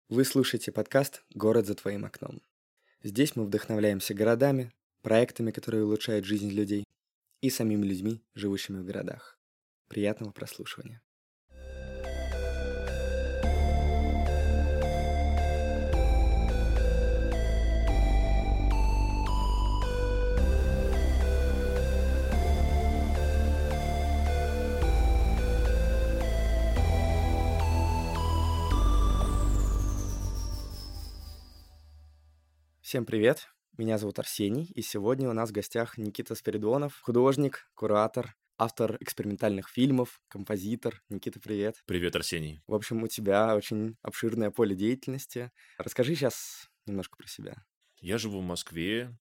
Вы слушаете подкаст «Город за твоим окном». Здесь мы вдохновляемся городами, проектами, которые улучшают жизнь людей, и самими людьми, живущими в городах. Приятного прослушивания. Всем привет, меня зовут Арсений, и сегодня у нас в гостях Никита Спиридонов, художник, куратор, автор экспериментальных фильмов, композитор. Никита, привет. Привет, Арсений. В общем, у тебя очень обширное поле деятельности. Расскажи сейчас немножко про себя. Я живу в Москве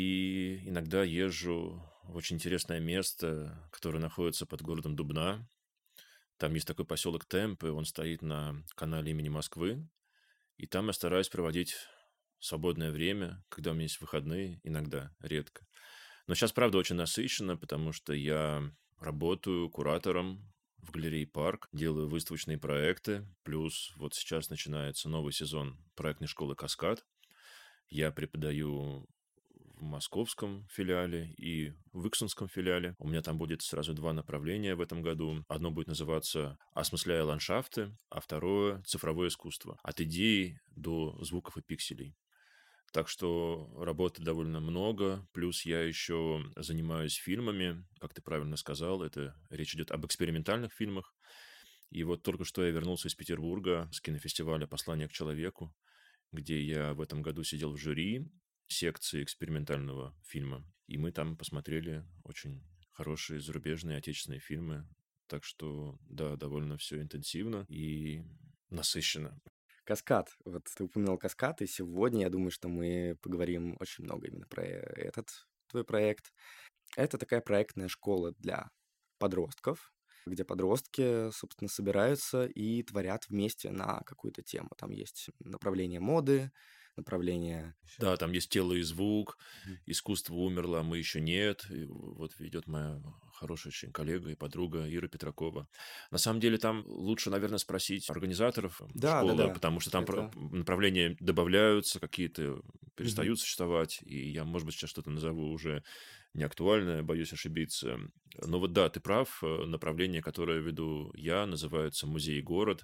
и иногда езжу в очень интересное место, которое находится под городом Дубна. Там есть такой поселок Темпы, он стоит на канале имени Москвы. И там я стараюсь проводить свободное время, когда у меня есть выходные, иногда, редко. Но сейчас, правда, очень насыщенно, потому что я работаю куратором в галерее «Парк», делаю выставочные проекты, плюс вот сейчас начинается новый сезон проектной школы «Каскад». Я преподаю в московском филиале и в иксунском филиале. У меня там будет сразу два направления в этом году. Одно будет называться «Осмысляя ландшафты», а второе «Цифровое искусство». От идеи до звуков и пикселей. Так что работы довольно много, плюс я еще занимаюсь фильмами, как ты правильно сказал, это речь идет об экспериментальных фильмах. И вот только что я вернулся из Петербурга с кинофестиваля «Послание к человеку», где я в этом году сидел в жюри секции экспериментального фильма. И мы там посмотрели очень хорошие зарубежные отечественные фильмы. Так что, да, довольно все интенсивно и насыщенно. Каскад. Вот ты упомянул Каскад, и сегодня я думаю, что мы поговорим очень много именно про этот твой проект. Это такая проектная школа для подростков, где подростки, собственно, собираются и творят вместе на какую-то тему. Там есть направление моды, направление... Да, там есть тело и звук, Мгм. искусство умерло, а мы еще нет. И вот ведет моя хорошая очень коллега и подруга Ира Петракова. На самом деле там лучше, наверное, спросить организаторов Да, да, школы, да. потому что там Это... направления добавляются, какие-то Мгм. перестают существовать. И я, может быть, сейчас что-то назову уже неактуальное, боюсь ошибиться. Но вот да, ты прав. Направление, которое веду я, называется «Музей и город».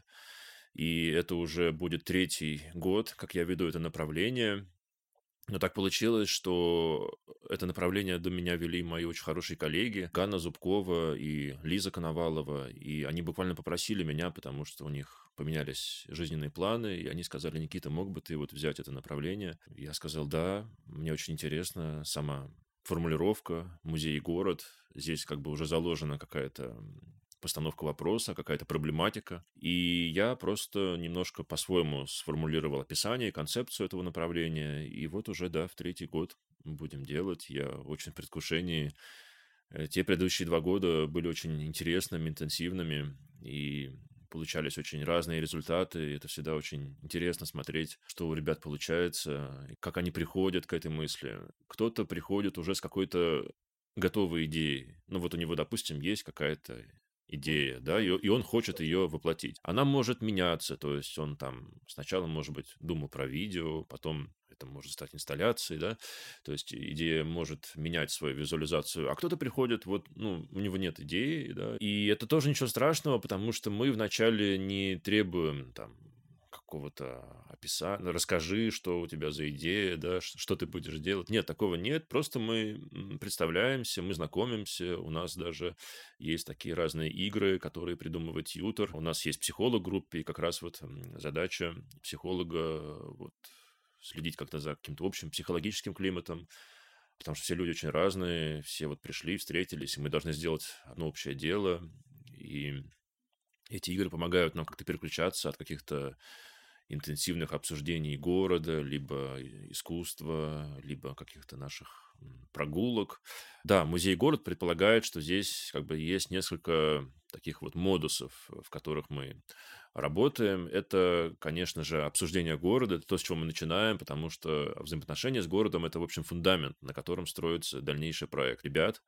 И это уже будет третий год, как я веду это направление. Но так получилось, что это направление до меня вели мои очень хорошие коллеги Ганна Зубкова и Лиза Коновалова. И они буквально попросили меня, потому что у них поменялись жизненные планы, и они сказали: «Никита, мог бы ты вот взять это направление?» Я сказал: «Да, мне очень интересно сама формулировка «музей и город». Здесь как бы уже заложена какая-то постановка вопроса, какая-то проблематика. И я просто немножко по-своему сформулировал описание, концепцию этого направления. И вот уже, да, в третий год будем делать. Я очень в предвкушении. Те предыдущие 2 года были очень интересными, интенсивными. И получались очень разные результаты. Это всегда очень интересно смотреть, что у ребят получается, и как они приходят к этой мысли. Кто-то приходит уже с какой-то готовой идеей. Ну вот у него, допустим, есть какая-то идея, да, и он хочет ее воплотить. Она может меняться, то есть он там сначала, может быть, думал про видео, потом это может стать инсталляцией, да, то есть идея может менять свою визуализацию, а кто-то приходит, вот, ну, у него нет идеи, да, и это тоже ничего страшного, потому что мы вначале не требуем там какого-то описания, расскажи, что у тебя за идея, да, что ты будешь делать. Нет, такого нет, просто мы представляемся, мы знакомимся, у нас даже есть такие разные игры, которые придумывает тьютор. У нас есть психолог в группе, и как раз вот задача психолога вот следить как-то за каким-то общим психологическим климатом, потому что все люди очень разные, все вот пришли, встретились, и мы должны сделать одно общее дело, и эти игры помогают нам как-то переключаться от каких-то интенсивных обсуждений города, либо искусства, либо каких-то наших прогулок. Да, музей-город предполагает, что здесь как бы есть несколько таких вот модусов, в которых мы работаем. Это, конечно же, обсуждение города, это то, с чего мы начинаем, потому что взаимоотношения с городом – это, в общем, фундамент, на котором строится дальнейший проект ребят.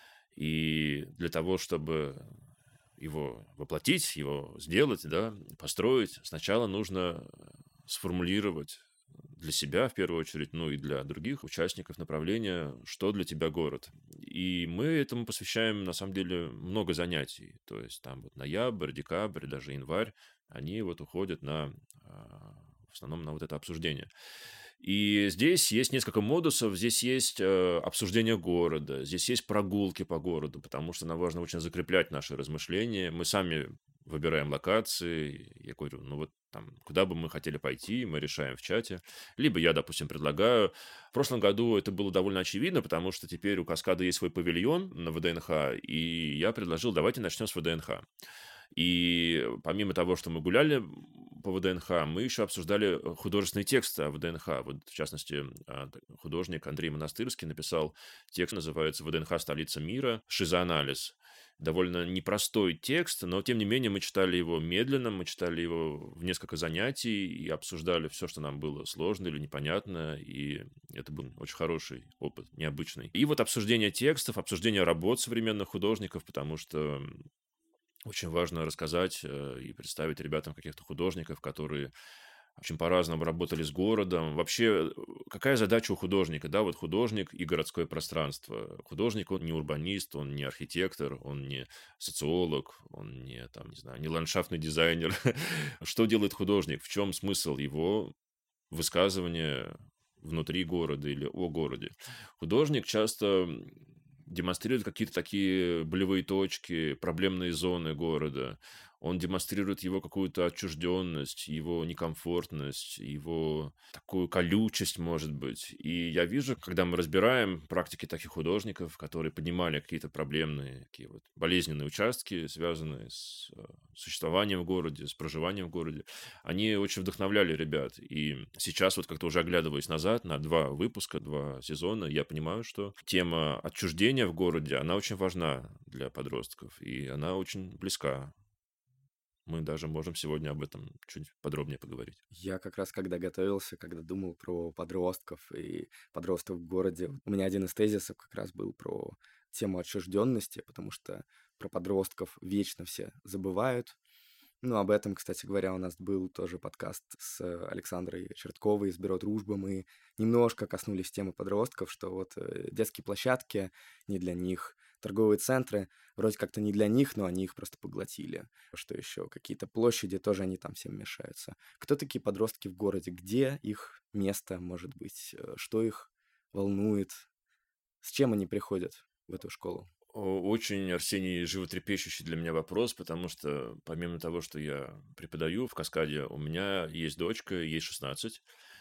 И для того, чтобы его воплотить, его сделать, да, построить, сначала нужно сформулировать для себя в первую очередь, ну и для других участников направления, что для тебя город. И мы этому посвящаем, на самом деле, много занятий. То есть там вот ноябрь, декабрь, даже январь, они вот уходят в основном на вот это обсуждение. И здесь есть несколько модусов. Здесь есть обсуждение города, здесь есть прогулки по городу, потому что нам важно очень закреплять наши размышления. Мы сами выбираем локации. Я говорю, ну вот там, куда бы мы хотели пойти, мы решаем в чате. Либо я, допустим, предлагаю. В прошлом году это было довольно очевидно, потому что теперь у Каскада есть свой павильон на ВДНХ, и я предложил, давайте начнем с ВДНХ. И помимо того, что мы гуляли по ВДНХ, мы еще обсуждали художественные тексты о ВДНХ. Вот, в частности, художник Андрей Монастырский написал текст, называется «ВДНХ. Столица мира. Шизоанализ». Довольно непростой текст, но, тем не менее, мы читали его медленно, мы читали его в несколько занятий и обсуждали все, что нам было сложно или непонятно, и это был очень хороший опыт, необычный. И вот обсуждение текстов, обсуждение работ современных художников, потому что очень важно рассказать и представить ребятам каких-то художников, которые очень по-разному работали с городом. Вообще, какая задача у художника? Да, вот художник и городское пространство. Художник, он не урбанист, он не архитектор, он не социолог, он не, там, не знаю, не ландшафтный дизайнер. Что делает художник? В чем смысл его высказывания внутри города или о городе? Художник часто демонстрирует какие-то такие болевые точки, проблемные зоны города. Он демонстрирует его какую-то отчужденность, его некомфортность, его такую колючесть, может быть. И я вижу, когда мы разбираем практики таких художников, которые поднимали какие-то проблемные, такие вот болезненные участки, связанные с существованием в городе, с проживанием в городе, они очень вдохновляли ребят. И сейчас, вот как-то уже оглядываясь назад на 2 выпуска, 2 сезона, я понимаю, что тема отчуждения в городе, она очень важна для подростков, и она очень близка. Мы даже можем сегодня об этом чуть подробнее поговорить. Я как раз, когда готовился, когда думал про подростков и подростков в городе, у меня один из тезисов как раз был про тему отчужденности, потому что про подростков вечно все забывают. Ну, об этом, кстати говоря, у нас был тоже подкаст с Александрой Чертковой из Бюро Дружбы. Мы немножко коснулись темы подростков, что вот детские площадки не для них, торговые центры вроде как-то не для них, но они их просто поглотили. Что еще? Какие-то площади тоже они там всем мешаются. Кто такие подростки в городе? Где их место, может быть? Что их волнует? С чем они приходят в эту школу? Очень, Арсений, животрепещущий для меня вопрос, потому что помимо того, что я преподаю в Каскаде, у меня есть дочка, ей 16,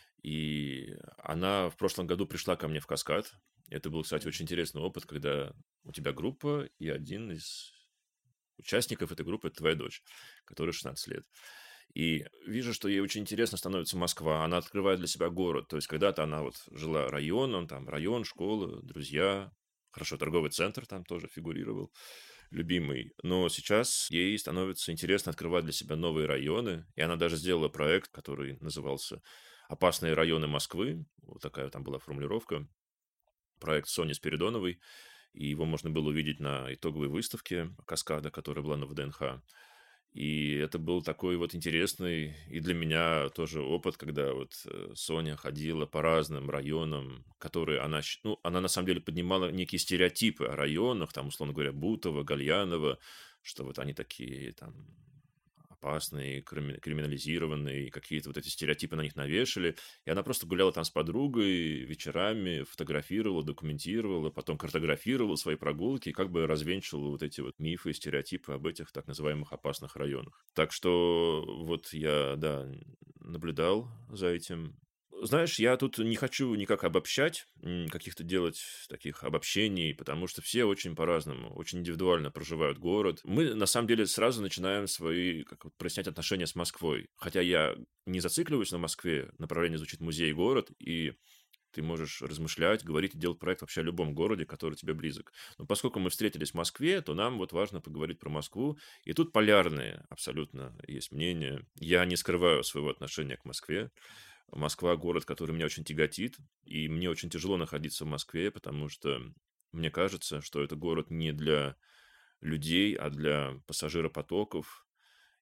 и она в прошлом году пришла ко мне в Каскад. Это был, кстати, очень интересный опыт, когда у тебя группа, и один из участников этой группы – это твоя дочь, которой 16 лет. И вижу, что ей очень интересно становится Москва. Она открывает для себя город. То есть когда-то она вот жила районом, там район, школа, друзья. Хорошо, торговый центр там тоже фигурировал, любимый. Но сейчас ей становится интересно открывать для себя новые районы. И она даже сделала проект, который назывался «Опасные районы Москвы». Вот такая там была формулировка. Проект Сони Спиридоновой. И его можно было увидеть на итоговой выставке «Каскада», которая была на ВДНХ. И это был такой вот интересный и для меня тоже опыт, когда вот Соня ходила по разным районам, которые ну, она на самом деле поднимала некие стереотипы о районах, там, условно говоря, Бутово, Гальяново, что вот они такие там опасные, криминализированные, какие-то вот эти стереотипы на них навешали. И она просто гуляла там с подругой вечерами, фотографировала, документировала, потом картографировала свои прогулки и как бы развенчивала вот эти вот мифы и стереотипы об этих так называемых опасных районах. Так что вот я, да, наблюдал за этим. Знаешь, я тут не хочу никак обобщать, каких-то делать таких обобщений, потому что все очень по-разному, очень индивидуально проживают город. Мы, на самом деле, сразу начинаем свои, как вот, прояснять отношения с Москвой. Хотя я не зацикливаюсь на Москве, направление звучит музей и город, и ты можешь размышлять, говорить и делать проект вообще о любом городе, который тебе близок. Но поскольку мы встретились в Москве, то нам вот важно поговорить про Москву. И тут полярные абсолютно есть мнения. Я не скрываю своего отношения к Москве. Москва – город, который меня очень тяготит, и мне очень тяжело находиться в Москве, потому что мне кажется, что это город не для людей, а для пассажиропотоков.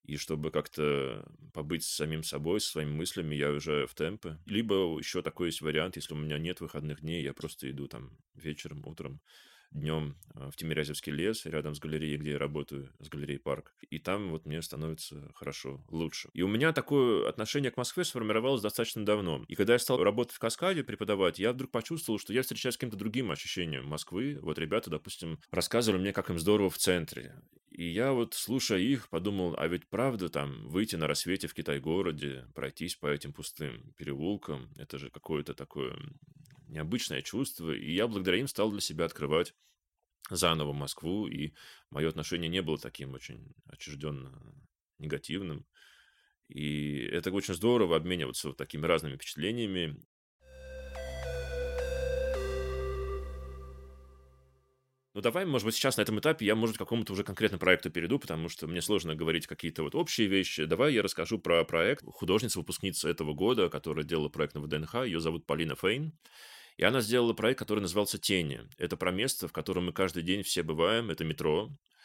И чтобы как-то побыть с самим собой, со своими мыслями, я уезжаю в темпы. Либо еще такой есть вариант, если у меня нет выходных дней, я просто иду там вечером, утром, днем в Тимирязевский лес, рядом с галереей, где я работаю, с галереей «Парк». И там вот мне становится хорошо, лучше. И у меня такое отношение к Москве сформировалось достаточно давно. И когда я стал работать в «Каскаде», преподавать, я вдруг почувствовал, что я встречаюсь с каким-то другим ощущением Москвы. Вот ребята, допустим, рассказывали мне, как им здорово в центре. И я вот, слушая их, подумал, а ведь правда там выйти на рассвете в Китай-городе, пройтись по этим пустым переулкам, это же какое-то такое необычное чувство. И я благодаря им стал для себя открывать заново Москву, и мое отношение не было таким очень отчужденно негативным. И это очень здорово обмениваться вот такими разными впечатлениями. Ну, давай, может быть, сейчас на этом этапе я, может, к какому-то уже конкретному проекту перейду, потому что мне сложно говорить какие-то вот общие вещи. Давай я расскажу про проект художница-выпускница этого года, которая делала проект на ВДНХ. Ее зовут Полина Фейн. И она сделала проект, который назывался «Тени». Это про место, в котором мы каждый день все бываем. Это метро.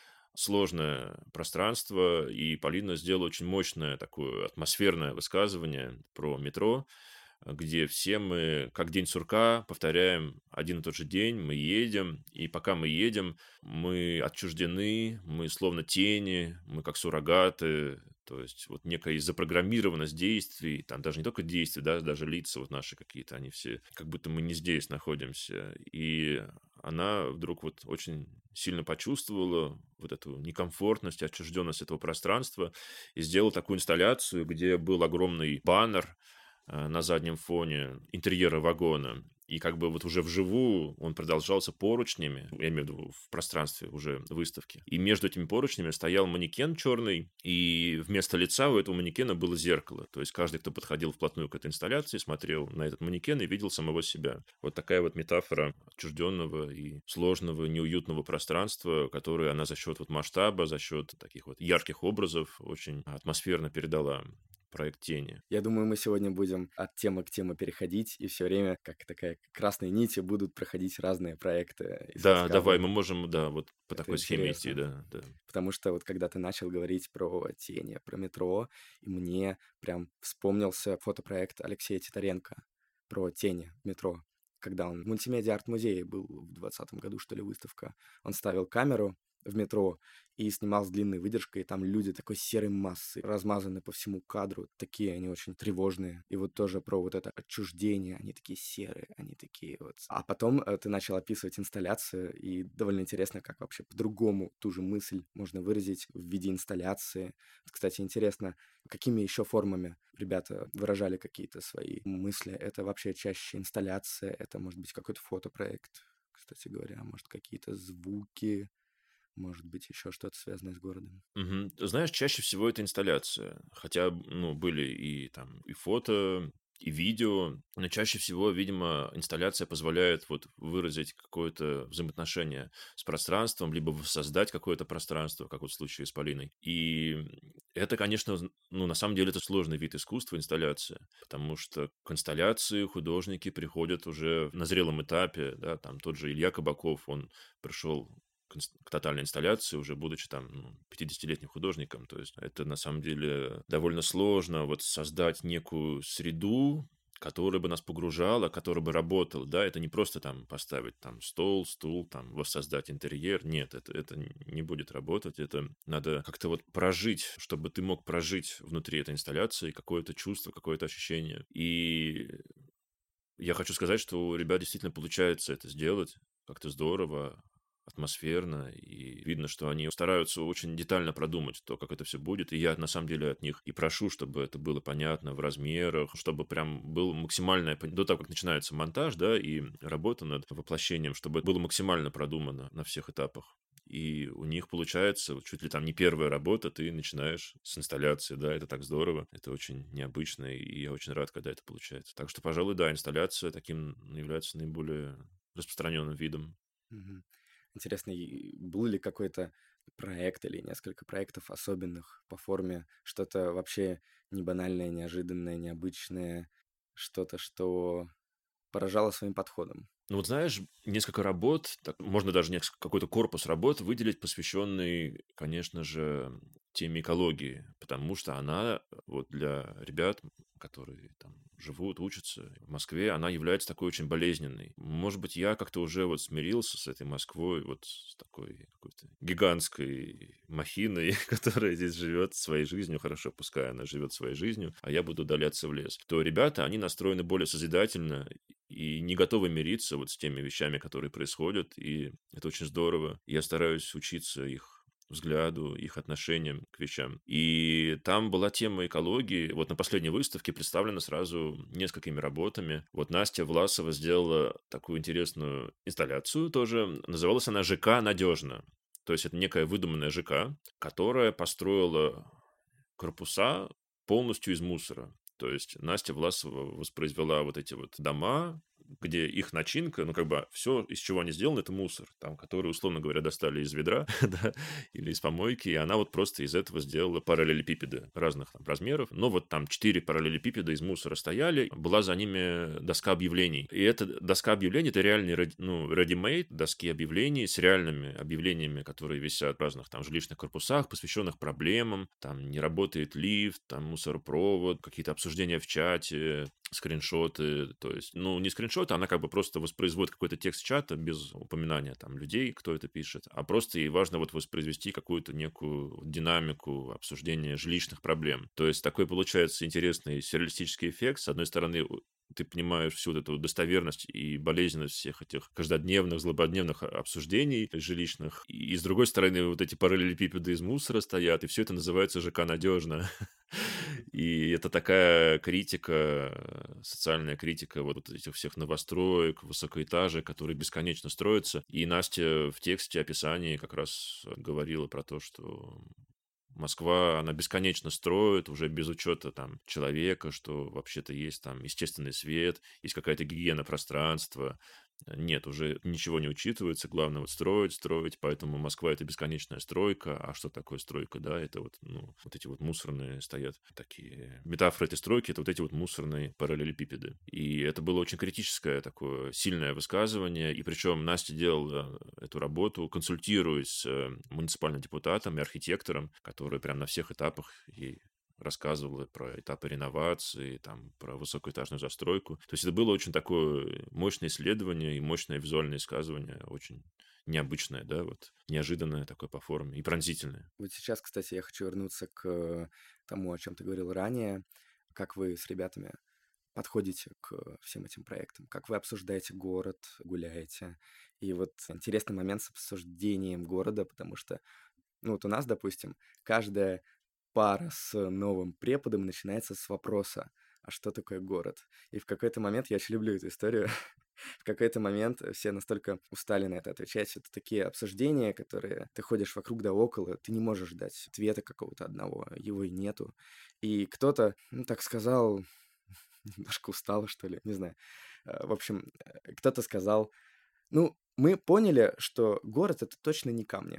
Сложное пространство. И Полина сделала очень мощное такое атмосферное высказывание про метро, где все мы, как день сурка, повторяем один и тот же день, мы едем, и пока мы едем, мы отчуждены, мы словно тени, мы как суррогаты, то есть вот некая запрограммированность действий, там даже не только действия, да, даже лица вот наши какие-то, они все, как будто мы не здесь находимся. И она вдруг вот очень сильно почувствовала вот эту некомфортность, отчужденность этого пространства и сделала такую инсталляцию, где был огромный баннер, на заднем фоне интерьера вагона. И как бы вот уже вживую он продолжался поручнями, я имею в виду в пространстве уже выставки. И между этими поручнями стоял манекен черный, и вместо лица у этого манекена было зеркало. То есть каждый, кто подходил вплотную к этой инсталляции, смотрел на этот манекен и видел самого себя. Вот такая вот метафора отчужденного и сложного, неуютного пространства, которое она за счет вот масштаба, за счет таких вот ярких образов очень атмосферно передала. Проект «Тени». Я думаю, мы сегодня будем от темы к теме переходить, и все время, как такая красной нити, будут проходить разные проекты из Да, давай, рассказа. мы можем, да, вот по Это такой схеме идти, интересно. да. Потому что вот когда ты начал говорить про тени, про метро, и мне прям вспомнился фотопроект Алексея Титаренко про тени в метро. Когда он в мультимедиа-арт-музее был в 2020 году, что ли, выставка, он ставил камеру в метро и снимал с длинной выдержкой, и там люди такой серой массы, размазаны по всему кадру, такие они очень тревожные. И вот тоже про вот это отчуждение, они такие серые, они такие вот. А потом ты начал описывать инсталляцию, и довольно интересно, как вообще по-другому ту же мысль можно выразить в виде инсталляции. Вот, кстати, интересно, какими еще формами ребята выражали какие-то свои мысли? Это вообще чаще инсталляция, это может быть какой-то фотопроект, кстати говоря, может какие-то звуки, может быть, еще что-то связанное с городом. Мгм. Знаешь, чаще всего это инсталляция. Хотя, ну, были и там и фото, и видео, но чаще всего, видимо, инсталляция позволяет вот выразить какое-то взаимоотношение с пространством, либо воссоздать какое-то пространство, как вот в случае с Полиной. И это, конечно, ну, на самом деле это сложный вид искусства, инсталляция, потому что к инсталляции художники приходят уже на зрелом этапе, да, там тот же Илья Кабаков, он пришел к тотальной инсталляции, уже будучи там 50-летним художником. То есть это на самом деле довольно сложно вот создать некую среду, которая бы нас погружала, которая бы работала, да, это не просто там поставить там стол, стул, там воссоздать интерьер, нет, это не будет работать, это надо как-то вот прожить, чтобы ты мог прожить внутри этой инсталляции какое-то чувство, какое-то ощущение. И я хочу сказать, что у ребят действительно получается это сделать как-то здорово, атмосферно, и видно, что они стараются очень детально продумать то, как это все будет. И я на самом деле от них и прошу, чтобы это было понятно в размерах, чтобы прям было максимальное до того, как начинается монтаж, да, и работа над воплощением, чтобы это было максимально продумано на всех этапах. И у них получается вот чуть ли там не первая работа, ты начинаешь с инсталляции, да, это так здорово, это очень необычно, и я очень рад, когда это получается. Так что, пожалуй, да, инсталляция таким является наиболее распространенным видом. Мгм. Интересно, был ли какой-то проект или несколько проектов особенных по форме, что-то вообще не банальное, неожиданное, необычное, что-то, что поражало своим подходом? Ну вот знаешь, несколько работ, можно даже какой-то корпус работ выделить, посвященный, конечно же, теме экологии, потому что она вот для ребят, которые там живут, учатся в Москве, она является такой очень болезненной. Может быть, я как-то уже вот смирился с этой Москвой, вот с такой какой-то гигантской махиной, которая здесь живет своей жизнью, хорошо, пускай она живет своей жизнью, а я буду удаляться в лес. То ребята, они настроены более созидательно и не готовы мириться вот с теми вещами, которые происходят, и это очень здорово. Я стараюсь учиться их взгляду, их отношениям к вещам. И там была тема экологии. Вот на последней выставке представлена сразу несколькими работами. Вот Настя Власова сделала такую интересную инсталляцию тоже. Называлась она «ЖК надежно». То есть это некая выдуманная ЖК, которая построила корпуса полностью из мусора. То есть Настя Власова воспроизвела вот эти вот дома, где их начинка, ну, как бы все, из чего они сделаны, это мусор, там, который, условно говоря, достали из ведра, да, или из помойки, и она вот просто из этого сделала параллелепипеды разных там размеров. Но вот там 4 параллелепипеда из мусора стояли, была за ними доска объявлений. И эта доска объявлений, это реальный, ну, ready-made доски объявлений с реальными объявлениями, которые висят в разных там жилищных корпусах, посвященных проблемам, там, не работает лифт, там, мусоропровод, какие-то обсуждения в чате, скриншоты, то есть, ну, не скриншоты, она как бы просто воспроизводит какой-то текст чата без упоминания там людей, кто это пишет, а просто ей важно вот воспроизвести какую-то некую динамику обсуждения жилищных проблем. То есть такой получается интересный сюрреалистический эффект. С одной стороны, ты понимаешь всю вот эту достоверность и болезненность всех этих каждодневных, злободневных обсуждений жилищных. И с другой стороны, вот эти параллелепипеды из мусора стоят, и все это называется ЖК надежно. И это такая критика, социальная критика вот этих всех новостроек, высокоэтажек, которые бесконечно строятся. И Настя в тексте описании как раз говорила про то, что Москва, она бесконечно строит, уже без учета там человека, что вообще-то есть там естественный свет, есть какая-то гигиена пространства. Нет, уже ничего не учитывается, главное вот строить, строить, поэтому Москва это бесконечная стройка, а что такое стройка, да, это вот, ну, вот эти вот мусорные стоят такие, метафоры этой стройки, это вот эти вот мусорные параллелепипеды. И это было очень критическое такое сильное высказывание, и причем Настя делала эту работу, консультируясь с муниципальным депутатом и архитектором, который прям на всех этапах ей рассказывала про этапы реновации, там, про высокоэтажную застройку. То есть это было очень такое мощное исследование и мощное визуальное высказывание, очень необычное, да, вот неожиданное такое по форме и пронзительное. Вот сейчас, кстати, я хочу вернуться к тому, о чем ты говорил ранее, как вы с ребятами подходите к всем этим проектам, как вы обсуждаете город, гуляете. И вот интересный момент с обсуждением города, потому что, ну вот у нас, допустим, каждая пара с новым преподом начинается с вопроса, а что такое город? И в какой-то момент, я очень люблю эту историю, в какой-то момент все настолько устали на это отвечать. Это такие обсуждения, которые ты ходишь вокруг да около, ты не можешь дать ответа какого-то одного, его и нету. И кто-то, ну, так сказал, немножко устало, что ли, не знаю. В общем, кто-то сказал, ну, мы поняли, что город — это точно не камни.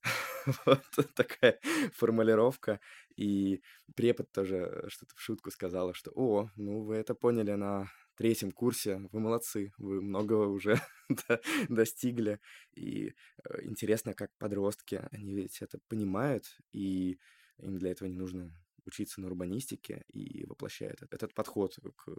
Вот такая формулировка. И препод тоже что-то в шутку сказала, что «О, ну вы это поняли на третьем курсе, вы молодцы, вы многого уже достигли». И интересно, как подростки, они ведь это понимают, и им для этого не нужно учиться на урбанистике, и воплощают этот подход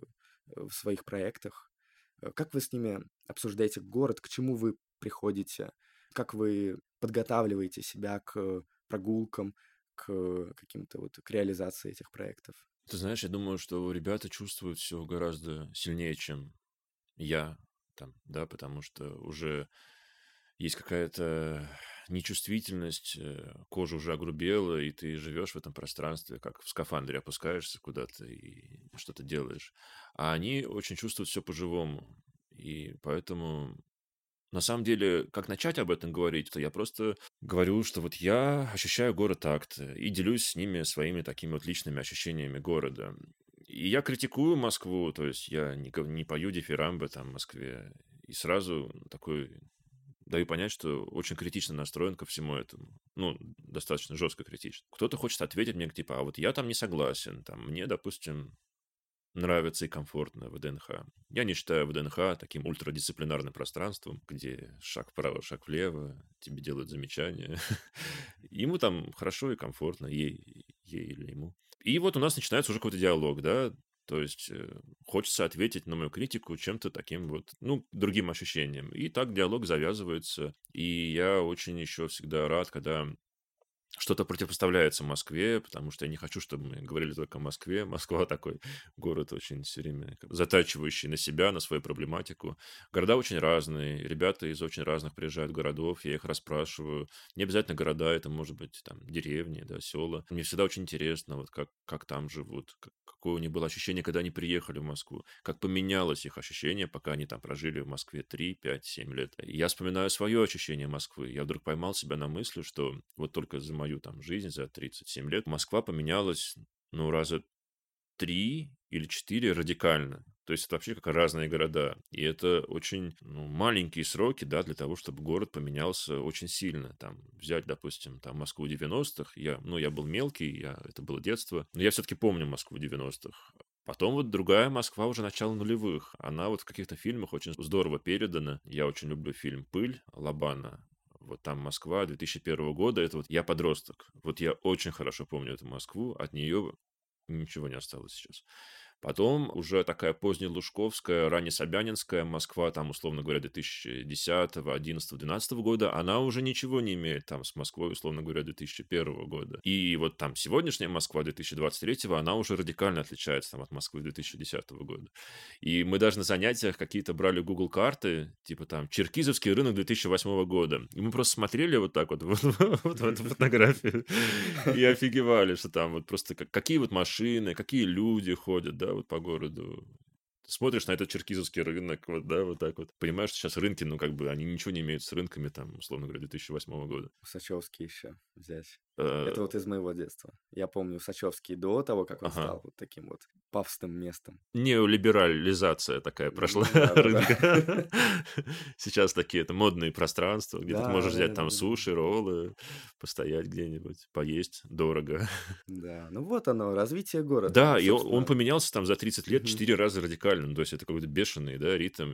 в своих проектах. Как вы с ними обсуждаете город, к чему вы приходите, как вы подготавливаете себя к прогулкам, к каким-то вот к реализации этих проектов? Ты знаешь, я думаю, что ребята чувствуют все гораздо сильнее, чем я там, да, потому что уже есть какая-то нечувствительность, кожа уже огрубела, и ты живешь в этом пространстве, как в скафандре опускаешься куда-то и что-то делаешь. А они очень чувствуют все по-живому. И поэтому, на самом деле, как начать об этом говорить, то я просто говорю, что вот я ощущаю город так-то и делюсь с ними своими такими вот личными ощущениями города. И я критикую Москву, то есть я не пою дифирамбы там в Москве, и сразу такой даю понять, что очень критично настроен ко всему этому. Ну, достаточно жестко критично. Кто-то хочет ответить мне, типа, а вот я там не согласен. Там, мне, допустим, нравится и комфортно в ВДНХ. Я не считаю ВДНХ таким ультрадисциплинарным пространством, где шаг вправо, шаг влево, тебе делают замечания. Ему там хорошо и комфортно, ей или ему. И вот у нас начинается уже какой-то диалог, да, то есть хочется ответить на мою критику чем-то таким вот, ну, другим ощущением. И так диалог завязывается. И я очень еще всегда рад, когда что-то противопоставляется Москве, потому что я не хочу, чтобы мы говорили только о Москве. Москва такой город очень все время как бы затачивающий на себя, на свою проблематику. Города очень разные, ребята из очень разных приезжают городов, я их расспрашиваю. Не обязательно города, это может быть там деревни, да, села. Мне всегда очень интересно, вот как там живут, какое у них было ощущение, когда они приехали в Москву, как поменялось их ощущение, пока они там прожили в Москве 3, 5, 7 лет. И я вспоминаю свое ощущение Москвы. Я вдруг поймал себя на мысли, что вот только за мою там жизнь, за 37 лет, Москва поменялась, ну, раза 3 или 4 радикально. То есть это вообще как разные города. И это очень маленькие сроки, да, для того, чтобы город поменялся очень сильно. Там взять, допустим, там Москву 90-х. Я был мелкий, это было детство. Но я все-таки помню Москву 90-х. Потом вот другая Москва уже начала нулевых. Она вот в каких-то фильмах очень здорово передана. Я очень люблю фильм «Пыль» Лобана. Вот там Москва 2001 года, это вот я подросток. Вот я очень хорошо помню эту Москву, от нее ничего не осталось сейчас. Потом уже такая позднелужковская, раннесобянинская Москва, там, условно говоря, 2010, 11, 12 года, она уже ничего не имеет там с Москвой, условно говоря, 2001 года. И вот там сегодняшняя Москва 2023, она уже радикально отличается там, от Москвы 2010 года. И мы даже на занятиях какие-то брали Google карты, типа там Черкизовский рынок 2008 года. И мы просто смотрели вот так вот в эту фотографию и офигевали, что там вот просто какие вот машины, какие люди ходят, да, вот по городу. Смотришь на этот черкизовский рынок, вот, да, вот так вот. Понимаешь, что сейчас рынки, ну, как бы, они ничего не имеют с рынками, там, условно говоря, 2008 года. Усачевский еще взять. Э, Это вот из моего детства. Я помню Усачевский до того, как он Ага. стал вот таким вот пафосным местом. Неолиберализация такая прошла Ну да, да-да. рынка. Сейчас такие это модные пространства, где ты Да, можешь взять там да-да-да-да. суши, роллы, постоять где-нибудь, поесть дорого. Да, ну вот оно, развитие города. Да, Вот, и он собственно. поменялся там за 30 лет Мгм. 4 раза радикально. Ну, то есть это какой-то бешеный, да, ритм.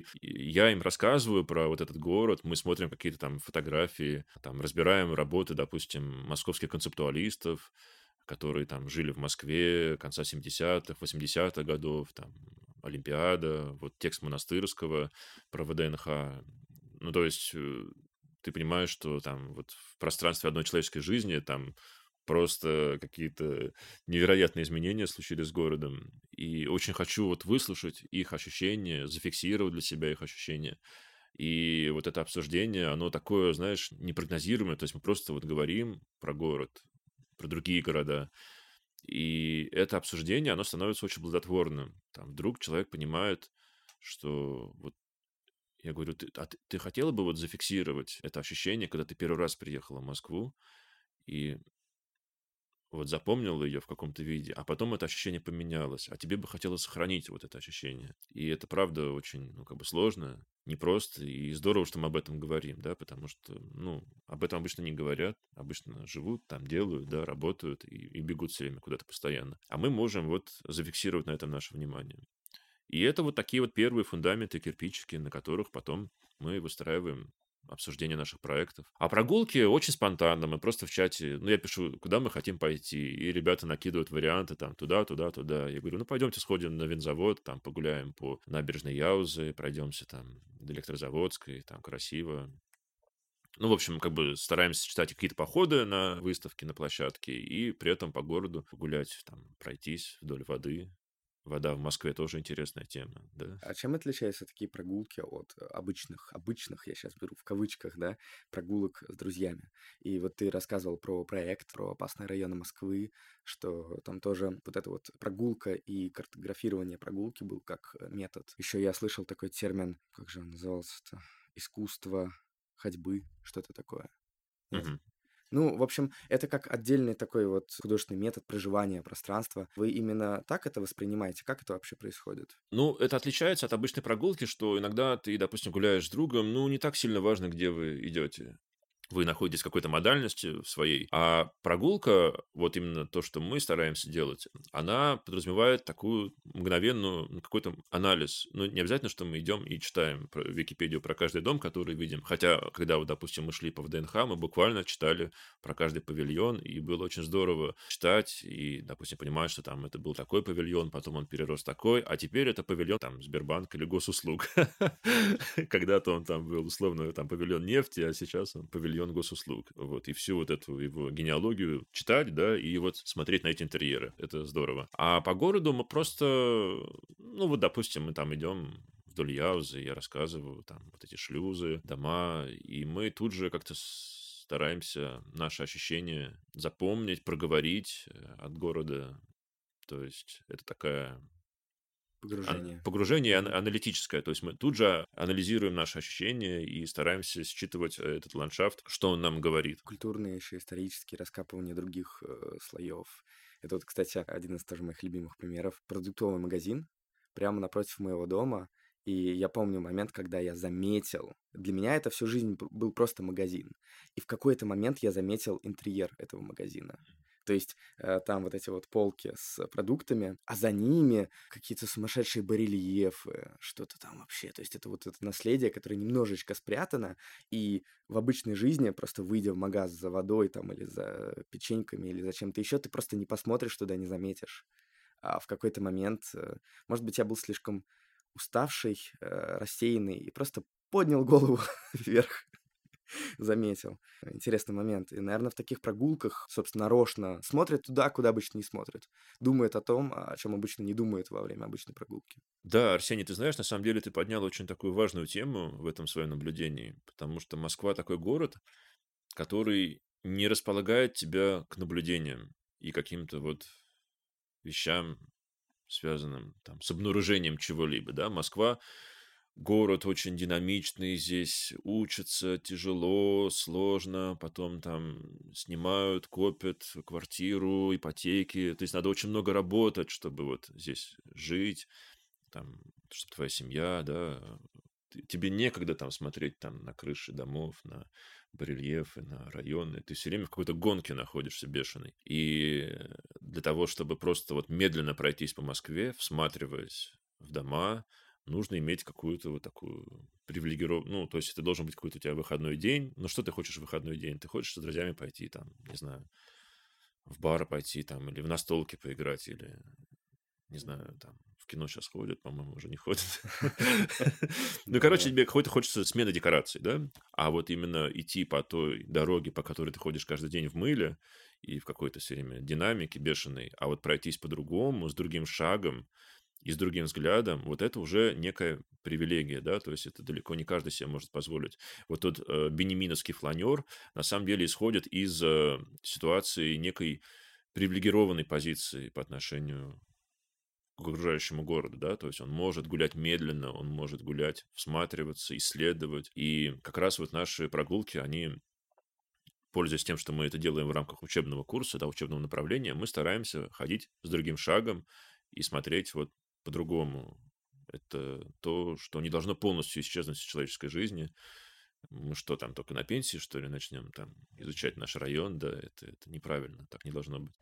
И я им рассказываю про вот этот город, мы смотрим какие-то там фотографии, там разбираем работы, допустим, московских концептуалистов, которые там жили в Москве конца 70-х, 80-х годов, там Олимпиада, вот текст Монастырского про ВДНХ. Ну, то есть ты понимаешь, что там вот в пространстве одной человеческой жизни там просто какие-то невероятные изменения случились с городом. И очень хочу вот выслушать их ощущения, зафиксировать для себя их ощущения. И вот это обсуждение, оно такое, знаешь, непрогнозируемое. То есть мы просто вот говорим про город, про другие города. И это обсуждение, оно становится очень плодотворным. Там вдруг человек понимает, что вот я говорю, ты хотела бы вот зафиксировать это ощущение, когда ты первый раз приехала в Москву, и вот запомнил ее в каком-то виде, а потом это ощущение поменялось, а тебе бы хотелось сохранить вот это ощущение. И это, правда, очень, ну, как бы сложно, непросто, и здорово, что мы об этом говорим, да, потому что, ну, об этом обычно не говорят, обычно живут, там делают, да, работают и бегут все время куда-то постоянно. А мы можем вот зафиксировать на этом наше внимание. И это вот такие вот первые фундаменты, кирпичики, на которых потом мы выстраиваем обсуждение наших проектов. А прогулки очень спонтанно. Мы просто в чате, ну, я пишу, куда мы хотим пойти, и ребята накидывают варианты, там, туда, туда, туда. Я говорю, ну, пойдемте сходим на винзавод, там, погуляем по набережной Яузы, пройдемся там до Электрозаводской, там, красиво. Ну, в общем, как бы стараемся сочетать какие-то походы на выставки, на площадке, и при этом по городу гулять, там, пройтись вдоль воды. Вода в Москве тоже интересная тема, да? А чем отличаются такие прогулки от обычных, я сейчас беру в кавычках, да, прогулок с друзьями? И вот ты рассказывал про проект, про опасные районы Москвы, что там тоже вот эта вот прогулка и картографирование прогулки был как метод. Еще я слышал такой термин, как же он назывался-то? Искусство ходьбы, что-то такое. Нет? Мгм. Ну, в общем, это как отдельный такой вот художественный метод проживания пространства. Вы именно так это воспринимаете? Как это вообще происходит? Ну, это отличается от обычной прогулки, что иногда ты, допустим, гуляешь с другом, ну, не так сильно важно, где вы идете. вы находитесь в какой-то модальности в своей, а прогулка, вот именно то, что мы стараемся делать, она подразумевает такую мгновенную какой-то анализ. Ну, не обязательно, что мы идем и читаем про Википедию про каждый дом, который видим. Хотя, когда, вот, допустим, мы шли по ВДНХ, мы буквально читали про каждый павильон, и было очень здорово читать и, допустим, понимать, что там это был такой павильон, потом он перерос в такой, а теперь это павильон там Сбербанк или госуслуг. Когда-то он там был, условно, там павильон нефти, а сейчас он павильон госуслуг. Вот. И всю вот эту его генеалогию читать, да, и вот смотреть на эти интерьеры. Это здорово. А по городу мы просто, ну вот, допустим, мы там идем вдоль Яузы, я рассказываю, там вот эти шлюзы, дома, и мы тут же как-то стараемся наши ощущения запомнить, проговорить от города. То есть это такая Погружение. погружение аналитическое. То есть мы тут же анализируем наши ощущения и стараемся считывать этот ландшафт, что он нам говорит. Культурные, еще исторические раскапывания других слоев. Это вот, кстати, один из тоже моих любимых примеров. Продуктовый магазин прямо напротив моего дома. И я помню момент, когда я заметил, для меня это всю жизнь был просто магазин. И в какой-то момент я заметил интерьер этого магазина. То есть там вот эти вот полки с продуктами, а за ними какие-то сумасшедшие барельефы, что-то там вообще. То есть это вот это наследие, которое немножечко спрятано, и в обычной жизни, просто выйдя в магаз за водой там или за печеньками или за чем-то еще, ты просто не посмотришь туда, не заметишь. А в какой-то момент, может быть, я был слишком уставший, рассеянный, и просто поднял голову вверх, заметил. Интересный момент. И, наверное, в таких прогулках, собственно, нарочно смотрят туда, куда обычно не смотрят. Думают о том, о чем обычно не думают во время обычной прогулки. Да, Арсений, ты знаешь, на самом деле ты поднял очень такую важную тему в этом своем наблюдении, потому что Москва такой город, который не располагает тебя к наблюдениям и каким-то вот вещам, связанным там, с обнаружением чего-либо. Да? Москва город очень динамичный, здесь учатся тяжело, сложно, потом там снимают, копят квартиру, ипотеки. То есть надо очень много работать, чтобы вот здесь жить, там, чтобы твоя семья, да, тебе некогда там смотреть там на крыши домов, на барельефы, на районы. Ты все время в какой-то гонке находишься бешеной. И для того, чтобы просто вот медленно пройтись по Москве, всматриваясь в дома, нужно иметь какую-то вот такую привилегированную... Ну, то есть это должен быть какой-то у тебя выходной день. Но что ты хочешь в выходной день? Ты хочешь с друзьями пойти там, не знаю, в бар пойти там, или в настолки поиграть, или, не знаю, там, в кино сейчас ходят, по-моему, уже не ходят. Ну, короче, тебе какой-то хочется смены декораций, да? А вот именно идти по той дороге, по которой ты ходишь каждый день в мыле, и в какой-то все время динамике бешеной, а вот пройтись по-другому, с другим шагом, и с другим взглядом, вот это уже некая привилегия, да, то есть это далеко не каждый себе может позволить. Вот тот бенеминовский фланер на самом деле исходит из ситуации некой привилегированной позиции по отношению к окружающему городу, да, то есть он может гулять медленно, он может гулять, всматриваться, исследовать, и как раз вот наши прогулки, они, пользуясь тем, что мы это делаем в рамках учебного курса, да, учебного направления, мы стараемся ходить с другим шагом и смотреть вот по-другому. Это то, что не должно полностью исчезнуть из человеческой жизни. Мы что, там только на пенсии, что ли, начнем там изучать наш район? Да, это неправильно, так не должно быть.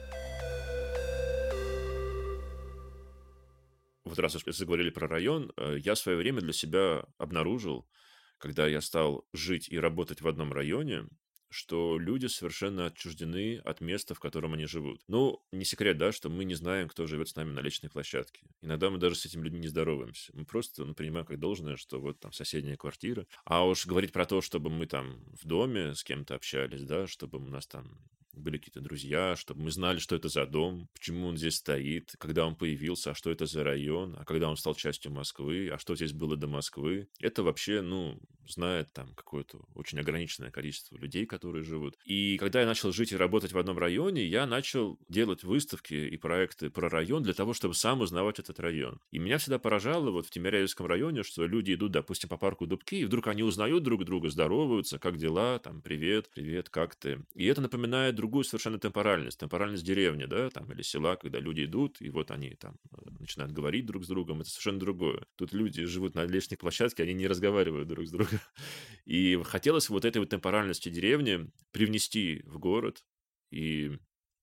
Вот раз уж заговорили про район, я в свое время для себя обнаружил, когда я стал жить и работать в одном районе, что люди совершенно отчуждены от места, в котором они живут. Ну, не секрет, да, что мы не знаем, кто живет с нами на личной площадке. Иногда мы даже с этими людьми не здороваемся. Мы просто принимаем как должное, что вот там соседняя квартира. А уж говорить про то, чтобы мы там в доме с кем-то общались, да, чтобы у нас там были какие-то друзья, чтобы мы знали, что это за дом, почему он здесь стоит, когда он появился, а что это за район, а когда он стал частью Москвы, а что здесь было до Москвы. Это вообще, ну, знает там какое-то очень ограниченное количество людей, которые живут. И когда я начал жить и работать в одном районе, я начал делать выставки и проекты про район для того, чтобы сам узнавать этот район. И меня всегда поражало вот в Тимирязевском районе, что люди идут, допустим, по парку Дубки, и вдруг они узнают друг друга, здороваются, как дела, там, привет, привет, как ты. И это напоминает другую совершенно темпоральность деревни, да, там, или села, когда люди идут, и вот они там начинают говорить друг с другом, это совершенно другое. Тут люди живут на лестничной площадке, они не разговаривают друг с другом. И хотелось вот этой вот темпоральности деревни привнести в город. И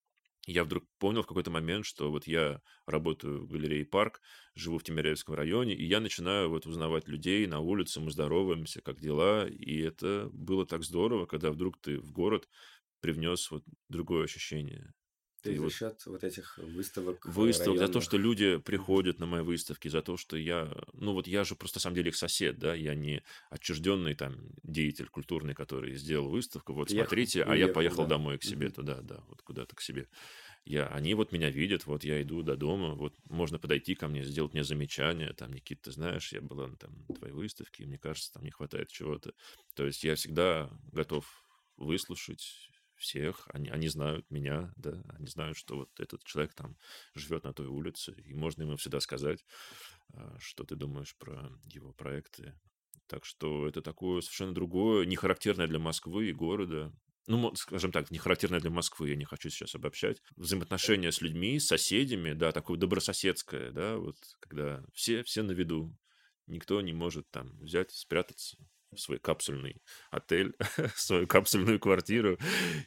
я вдруг понял в какой-то момент, что вот я работаю в галерее «Парк», живу в Тимирязевском районе, и я начинаю вот узнавать людей на улице, мы здороваемся, как дела. И это было так здорово, когда вдруг ты в город привнес вот другое ощущение. То Ты есть за вот счет вот этих выставок выставок, за то, что районных. люди Мгм. приходят на мои выставки, за то, что я, ну вот я же просто на самом деле их сосед, да, я не отчужденный там деятель культурный, который сделал выставку, вот Приехал смотрите, и а я уехал, поехал да. домой к себе Мгм. туда, да, вот куда-то к себе. Они вот меня видят, вот я иду до дома, вот можно подойти ко мне, сделать мне замечание, там, Никита, ты знаешь, я была на твоей выставке, и мне кажется, там не хватает чего-то. То есть я всегда готов выслушать всех, они знают меня, да, они знают, что вот этот человек там живет на той улице, и можно ему всегда сказать, что ты думаешь про его проекты. Так что это такое совершенно другое, не характерное для Москвы и города. Ну, скажем так, не характерное для Москвы, я не хочу сейчас обобщать. Взаимоотношения с людьми, с соседями, да, такое добрососедское, да, вот когда все на виду. Никто не может там взять, спрятаться в свой капсульный отель, в свою капсульную квартиру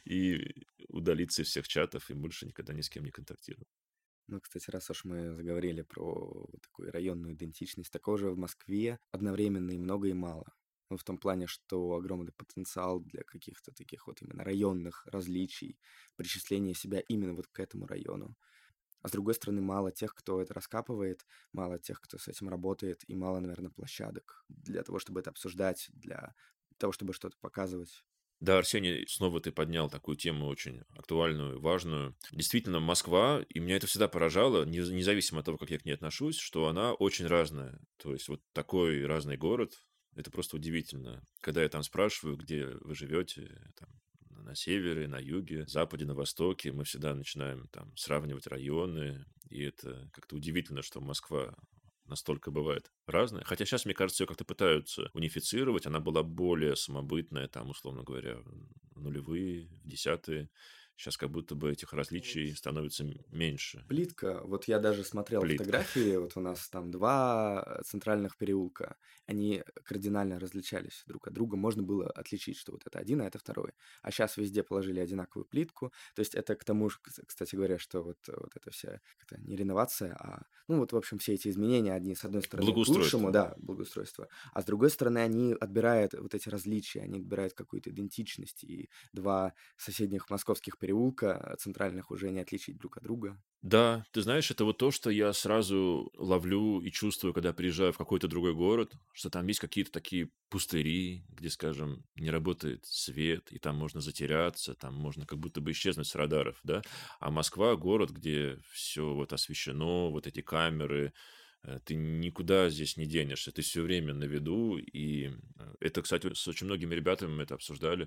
и удалиться из всех чатов и больше никогда ни с кем не контактировать. Ну, кстати, раз уж мы заговорили про вот такую районную идентичность, такого же в Москве одновременно и много, и мало. Ну, в том плане, что огромный потенциал для каких-то таких вот именно районных различий, причисления себя именно вот к этому району. А с другой стороны, мало тех, кто это раскапывает, мало тех, кто с этим работает, и мало, наверное, площадок для того, чтобы это обсуждать, для того, чтобы что-то показывать. Да, Арсений, снова ты поднял такую тему очень актуальную, важную. Действительно, Москва, и меня это всегда поражало, независимо от того, как я к ней отношусь, что она очень разная. То есть вот такой разный город, это просто удивительно. Когда я там спрашиваю, где вы живете, там, на севере, на юге, западе, на востоке, мы всегда начинаем там сравнивать районы, и это как-то удивительно, что Москва настолько бывает разная. Хотя сейчас, мне кажется, ее как-то пытаются унифицировать. Она была более самобытная, там, условно говоря, в нулевые, в десятые. Сейчас как будто бы этих различий становится меньше. Плитка, вот я даже смотрел Плитка. фотографии, вот у нас там два центральных переулка, они кардинально различались друг от друга, можно было отличить, что вот это один, а это второй. А сейчас везде положили одинаковую плитку, то есть это к тому же, кстати говоря, что вот эта вся как-то не реновация, а, ну вот, в общем, все эти изменения, одни, с одной стороны, к лучшему, Благоустройство. да, благоустройство, а с другой стороны, они отбирают вот эти различия, они отбирают какую-то идентичность, и два соседних московских переулка центральных уже не отличить друг от друга. Да, ты знаешь, это вот то, что я сразу ловлю и чувствую, когда приезжаю в какой-то другой город, что там есть какие-то такие пустыри, где, скажем, не работает свет, и там можно затеряться, там можно как будто бы исчезнуть с радаров, да. А Москва — город, где все вот освещено, вот эти камеры, ты никуда здесь не денешься, ты все время на виду, и это, кстати, с очень многими ребятами мы это обсуждали,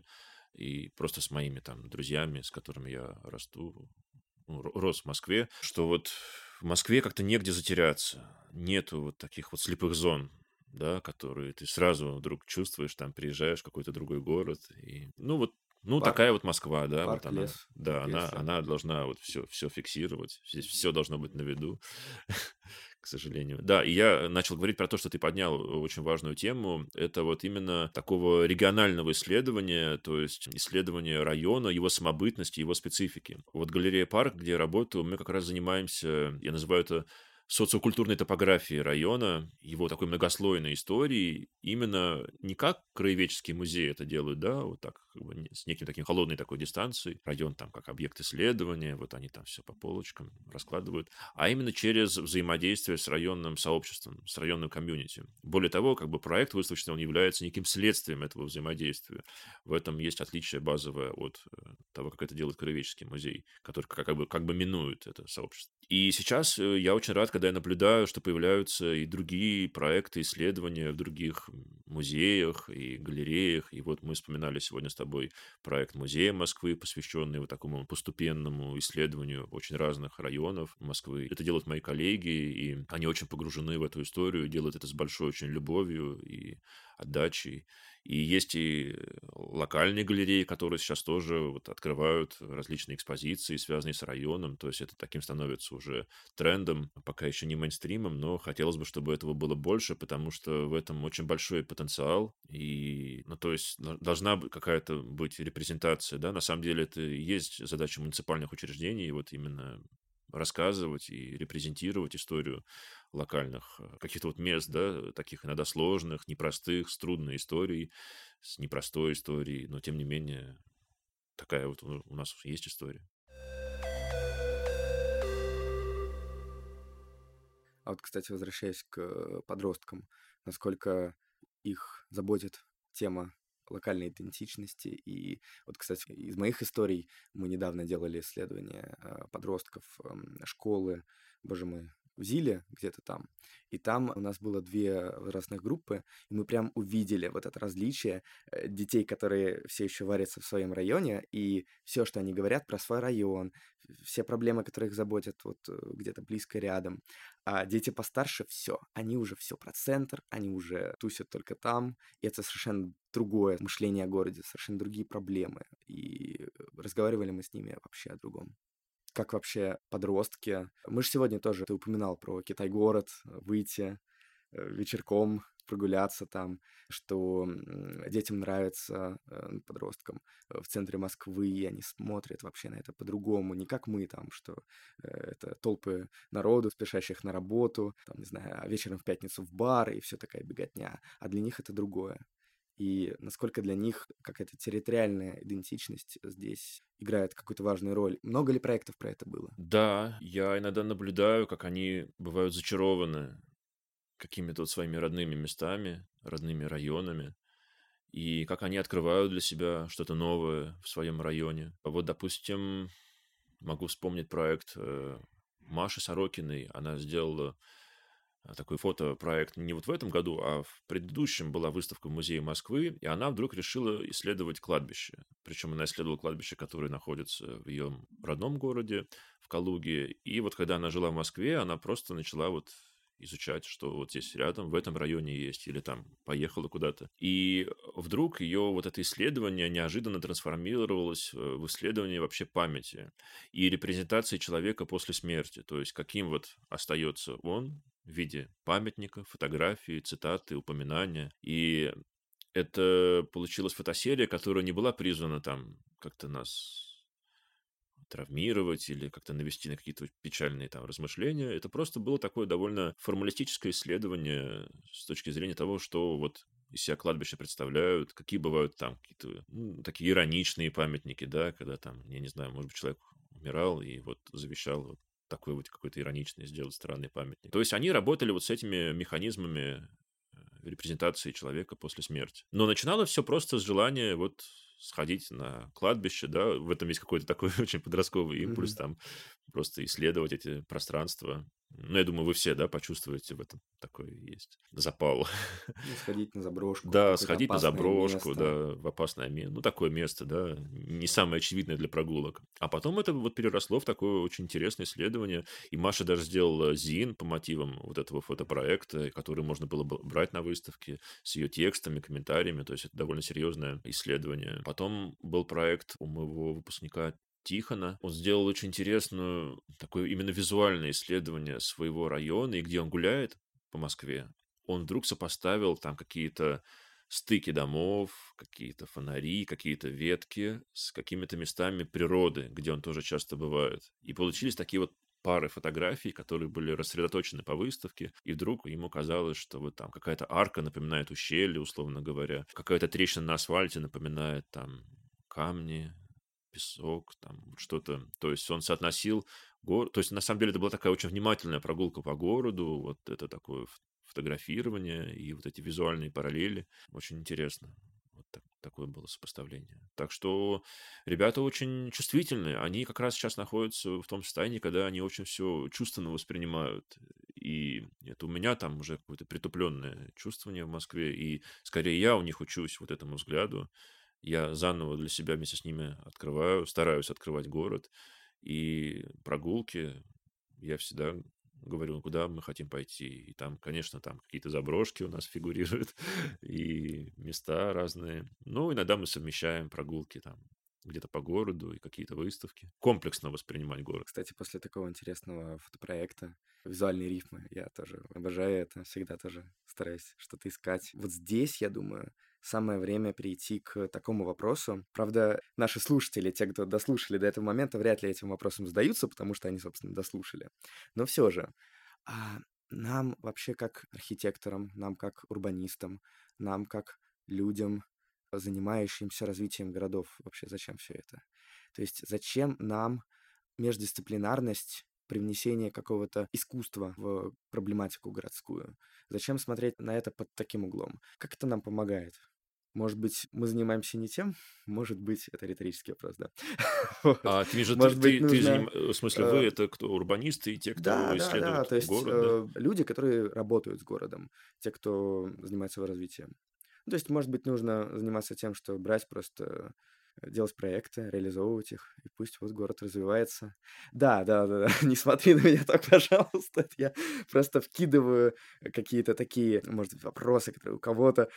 и просто с моими там друзьями, с которыми я рос в Москве, что вот в Москве как-то негде затеряться. Нету вот таких вот слепых зон, да, которые ты сразу вдруг чувствуешь, там приезжаешь в какой-то другой город. И, ну вот, ну Парк, такая вот Москва, да, вот парк, она, лес, да, парк, она, лес, да. она должна вот все фиксировать, здесь все должно быть на виду, к сожалению. Да, и я начал говорить про то, что ты поднял очень важную тему. Это вот именно такого регионального исследования, то есть исследования района, его самобытности, его специфики. Вот галерея «Парк», где я работаю, мы как раз занимаемся, я называю это социокультурной топографией района, его такой многослойной истории, именно не как краеведческие музеи это делают, да, вот так, как бы с неким таким холодной такой дистанцией, район там как объект исследования, вот они там все по полочкам раскладывают, а именно через взаимодействие с районным сообществом, с районным комьюнити. Более того, как бы проект выставочный, он является неким следствием этого взаимодействия. В этом есть отличие базовое от того, как это делает краеведческий музей, который как бы минует это сообщество. И сейчас я очень рад, когда я наблюдаю, что появляются и другие проекты, исследования в других музеях и галереях. И вот мы вспоминали сегодня с тобой проект Музея Москвы, посвященный вот такому постепенному исследованию очень разных районов Москвы. Это делают мои коллеги, и они очень погружены в эту историю, делают это с большой очень любовью, и отдачей. И есть и локальные галереи, которые сейчас тоже вот открывают различные экспозиции, связанные с районом. То есть это таким становится уже трендом, пока еще не мейнстримом, но хотелось бы, чтобы этого было больше, потому что в этом очень большой потенциал. И, ну, то есть должна какая-то быть репрезентация, да. На самом деле это и есть задача муниципальных учреждений, вот именно рассказывать и репрезентировать историю локальных каких-то вот мест, да, таких иногда сложных, непростых, с трудной историей, с непростой историей, но тем не менее такая вот у нас есть история. А вот, кстати, возвращаясь к подросткам, насколько их заботит тема локальной идентичности. И вот, кстати, из моих историй мы недавно делали исследование подростков школы, боже мой, в Зиле, где-то там. И там у нас было две возрастных группы, и мы прям увидели вот это различие детей, которые все еще варятся в своем районе, и все, что они говорят про свой район, все проблемы, которые их заботят вот где-то близко рядом. А дети постарше все, они уже все про центр, они уже тусят только там, и это совершенно другое мышление о городе, совершенно другие проблемы. И разговаривали мы с ними вообще о другом. Как вообще подростки? Мы же сегодня тоже, ты упоминал про Китай-город, выйти вечерком, прогуляться там, что детям нравится, подросткам, в центре Москвы, и они смотрят вообще на это по-другому, не как мы там, что это толпы народу, спешащих на работу, там, не знаю, а вечером в пятницу в бар, и все такая беготня, а для них это другое. И насколько для них какая-то территориальная идентичность здесь играет какую-то важную роль. Много ли проектов про это было? Да, я иногда наблюдаю, как они бывают зачарованы какими-то вот своими родными местами, родными районами, и как они открывают для себя что-то новое в своем районе. Вот, допустим, могу вспомнить проект Маши Сорокиной. Она сделала такой фотопроект не вот в этом году, а в предыдущем была выставка в Музее Москвы, и она вдруг решила исследовать кладбище. Причем она исследовала кладбище, которое находится в ее родном городе, в Калуге. И вот когда она жила в Москве, она просто начала вот изучать, что вот здесь рядом, в этом районе есть, или там поехала куда-то. И вдруг ее вот это исследование неожиданно трансформировалось в исследование вообще памяти и репрезентации человека после смерти. То есть каким вот остается он в виде памятника, фотографии, цитаты, упоминания. И это получилась фотосерия, которая не была призвана там как-то нас травмировать или как-то навести на какие-то печальные там размышления. Это просто было такое довольно формалистическое исследование с точки зрения того, что вот из себя кладбища представляют, какие бывают там какие-то такие ироничные памятники, да, когда там, я не знаю, может быть, человек умирал и вот завещал вот такой вот какой-то ироничный сделать странный памятник. То есть они работали вот с этими механизмами репрезентации человека после смерти. Но начиналось все просто с желания вот сходить на кладбище, да, в этом есть какой-то такой очень подростковый импульс, Мгм. там просто исследовать эти пространства. Ну, я думаю, вы все, да, почувствуете в этом такой есть запал. Ну, сходить на заброшку в Да, какое-то сходить на опасное заброшку, место. да, в опасное место. Ну, такое место, да, не самое очевидное для прогулок. А потом это вот переросло в такое очень интересное исследование. И Маша даже сделала зин по мотивам вот этого фотопроекта, который можно было бы брать на выставке с ее текстами, комментариями. То есть это довольно серьезное исследование. Потом был проект у моего выпускника Тихона. Он сделал очень интересную, такое именно визуальное исследование своего района и где он гуляет по Москве. Он вдруг сопоставил там какие-то стыки домов, какие-то фонари, какие-то ветки с какими-то местами природы, где он тоже часто бывает. И получились такие вот пары фотографий, которые были рассредоточены по выставке, и вдруг ему казалось, что вот там какая-то арка напоминает ущелье, условно говоря, какая-то трещина на асфальте напоминает там камни, песок, там вот что-то. То есть он соотносил то есть на самом деле это была такая очень внимательная прогулка по городу, вот это такое фотографирование и вот эти визуальные параллели. Очень интересно. Вот такое было сопоставление. Так что ребята очень чувствительные. Они как раз сейчас находятся в том состоянии, когда они очень все чувственно воспринимают. И это у меня там уже какое-то притупленное чувствование в Москве. И скорее я у них учусь вот этому взгляду. Я заново для себя вместе с ними открываю, стараюсь открывать город. И прогулки я всегда говорю, куда мы хотим пойти. И там, конечно, там какие-то заброшки у нас фигурируют и места разные. Ну, иногда мы совмещаем прогулки там где-то по городу и какие-то выставки. Комплексно воспринимать город. Кстати, после такого интересного фотопроекта, визуальные рифмы, я тоже обожаю это, всегда тоже стараюсь что-то искать. Вот здесь, я думаю, самое время перейти к такому вопросу. Правда, наши слушатели, те, кто дослушали до этого момента, вряд ли этим вопросом задаются, потому что они, собственно, дослушали. Но все же, а нам вообще как архитекторам, нам как урбанистам, нам как людям, занимающимся развитием городов, вообще зачем все это? То есть зачем нам междисциплинарность, привнесение какого-то искусства в проблематику городскую? Зачем смотреть на это под таким углом? Как это нам помогает? Может быть, мы занимаемся не тем? Может быть, это риторический вопрос, да. Вот. А ты же, Может быть, нужно... в смысле, вы э, это кто, урбанисты и те, Да, кто да, да, исследует то есть город, да? люди, которые работают с городом, те, кто занимается его развитием. Ну, то есть, может быть, нужно заниматься тем, что брать просто, делать проекты, реализовывать их, и пусть вот город развивается. Да, да, да, да, не смотри на меня так, пожалуйста. Это я просто вкидываю какие-то такие, может быть, вопросы, которые у кого-то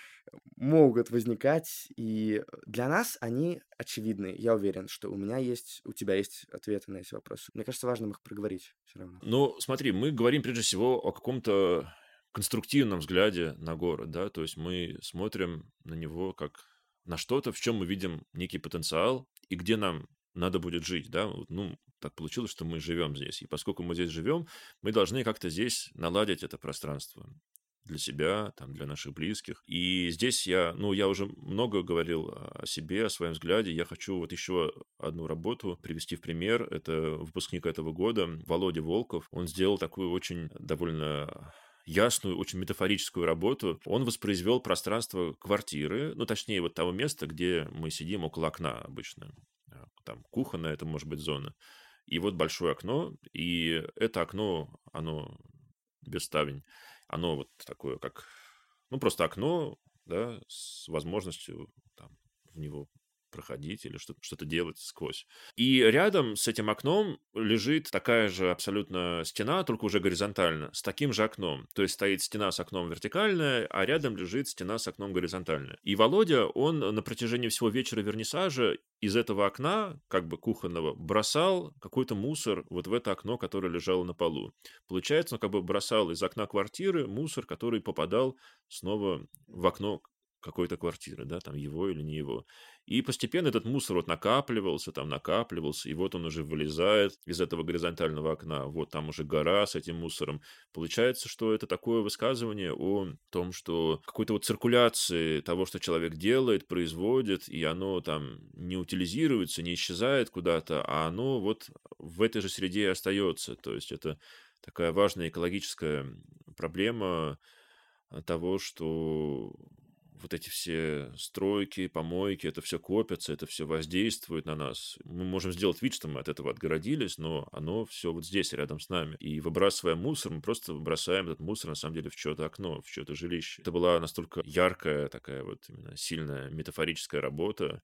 могут возникать, и для нас они очевидны. Я уверен, что у меня есть, у тебя есть ответы на эти вопросы. Мне кажется, важно их проговорить все равно. Ну, смотри, мы говорим прежде всего о каком-то конструктивном взгляде на город, да, то есть мы смотрим на него как на что-то, в чем мы видим некий потенциал и где нам надо будет жить, да, вот, ну, так получилось, что мы живем здесь, и поскольку мы здесь живем, мы должны как-то здесь наладить это пространство для себя, там, для наших близких. И здесь я уже много говорил о себе, о своем взгляде. Я хочу вот еще одну работу привести в пример. Это выпускник этого года Володя Волков. Он сделал такую очень довольно ясную, очень метафорическую работу. Он воспроизвел пространство квартиры, ну, точнее, вот того места, где мы сидим около окна обычно. Там кухонная, это может быть зона. И вот большое окно, и это окно, оно без ставень. Оно вот такое, как, ну, просто окно, да, с возможностью там в него проходить или что-то делать сквозь. И рядом с этим окном лежит такая же абсолютно стена, только уже горизонтально, с таким же окном. То есть стоит стена с окном вертикальная, а рядом лежит стена с окном горизонтальная. И Володя, он на протяжении всего вечера вернисажа из этого окна, как бы кухонного, бросал какой-то мусор вот в это окно, которое лежало на полу. Получается, он как бы бросал из окна квартиры мусор, который попадал снова в окно какой-то квартиры, да, там его или не его. И постепенно этот мусор вот накапливался, и вот он уже вылезает из этого горизонтального окна, вот там уже гора с этим мусором. Получается, что это такое высказывание о том, что какой-то вот циркуляции того, что человек делает, производит, и оно там не утилизируется, не исчезает куда-то, а оно вот в этой же среде и остается. То есть это такая важная экологическая проблема того, что вот эти все стройки, помойки, это все копится, это все воздействует на нас. Мы можем сделать вид, что мы от этого отгородились, но оно все вот здесь, рядом с нами. И выбрасывая мусор, мы просто выбросаем этот мусор, на самом деле, в чье-то окно, в чье-то жилище. Это была настолько яркая, такая вот именно сильная метафорическая работа.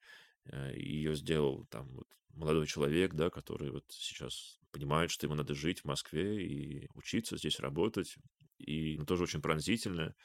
Ее сделал там вот молодой человек, да, который вот сейчас понимает, что ему надо жить в Москве и учиться здесь работать. И тоже очень пронзительная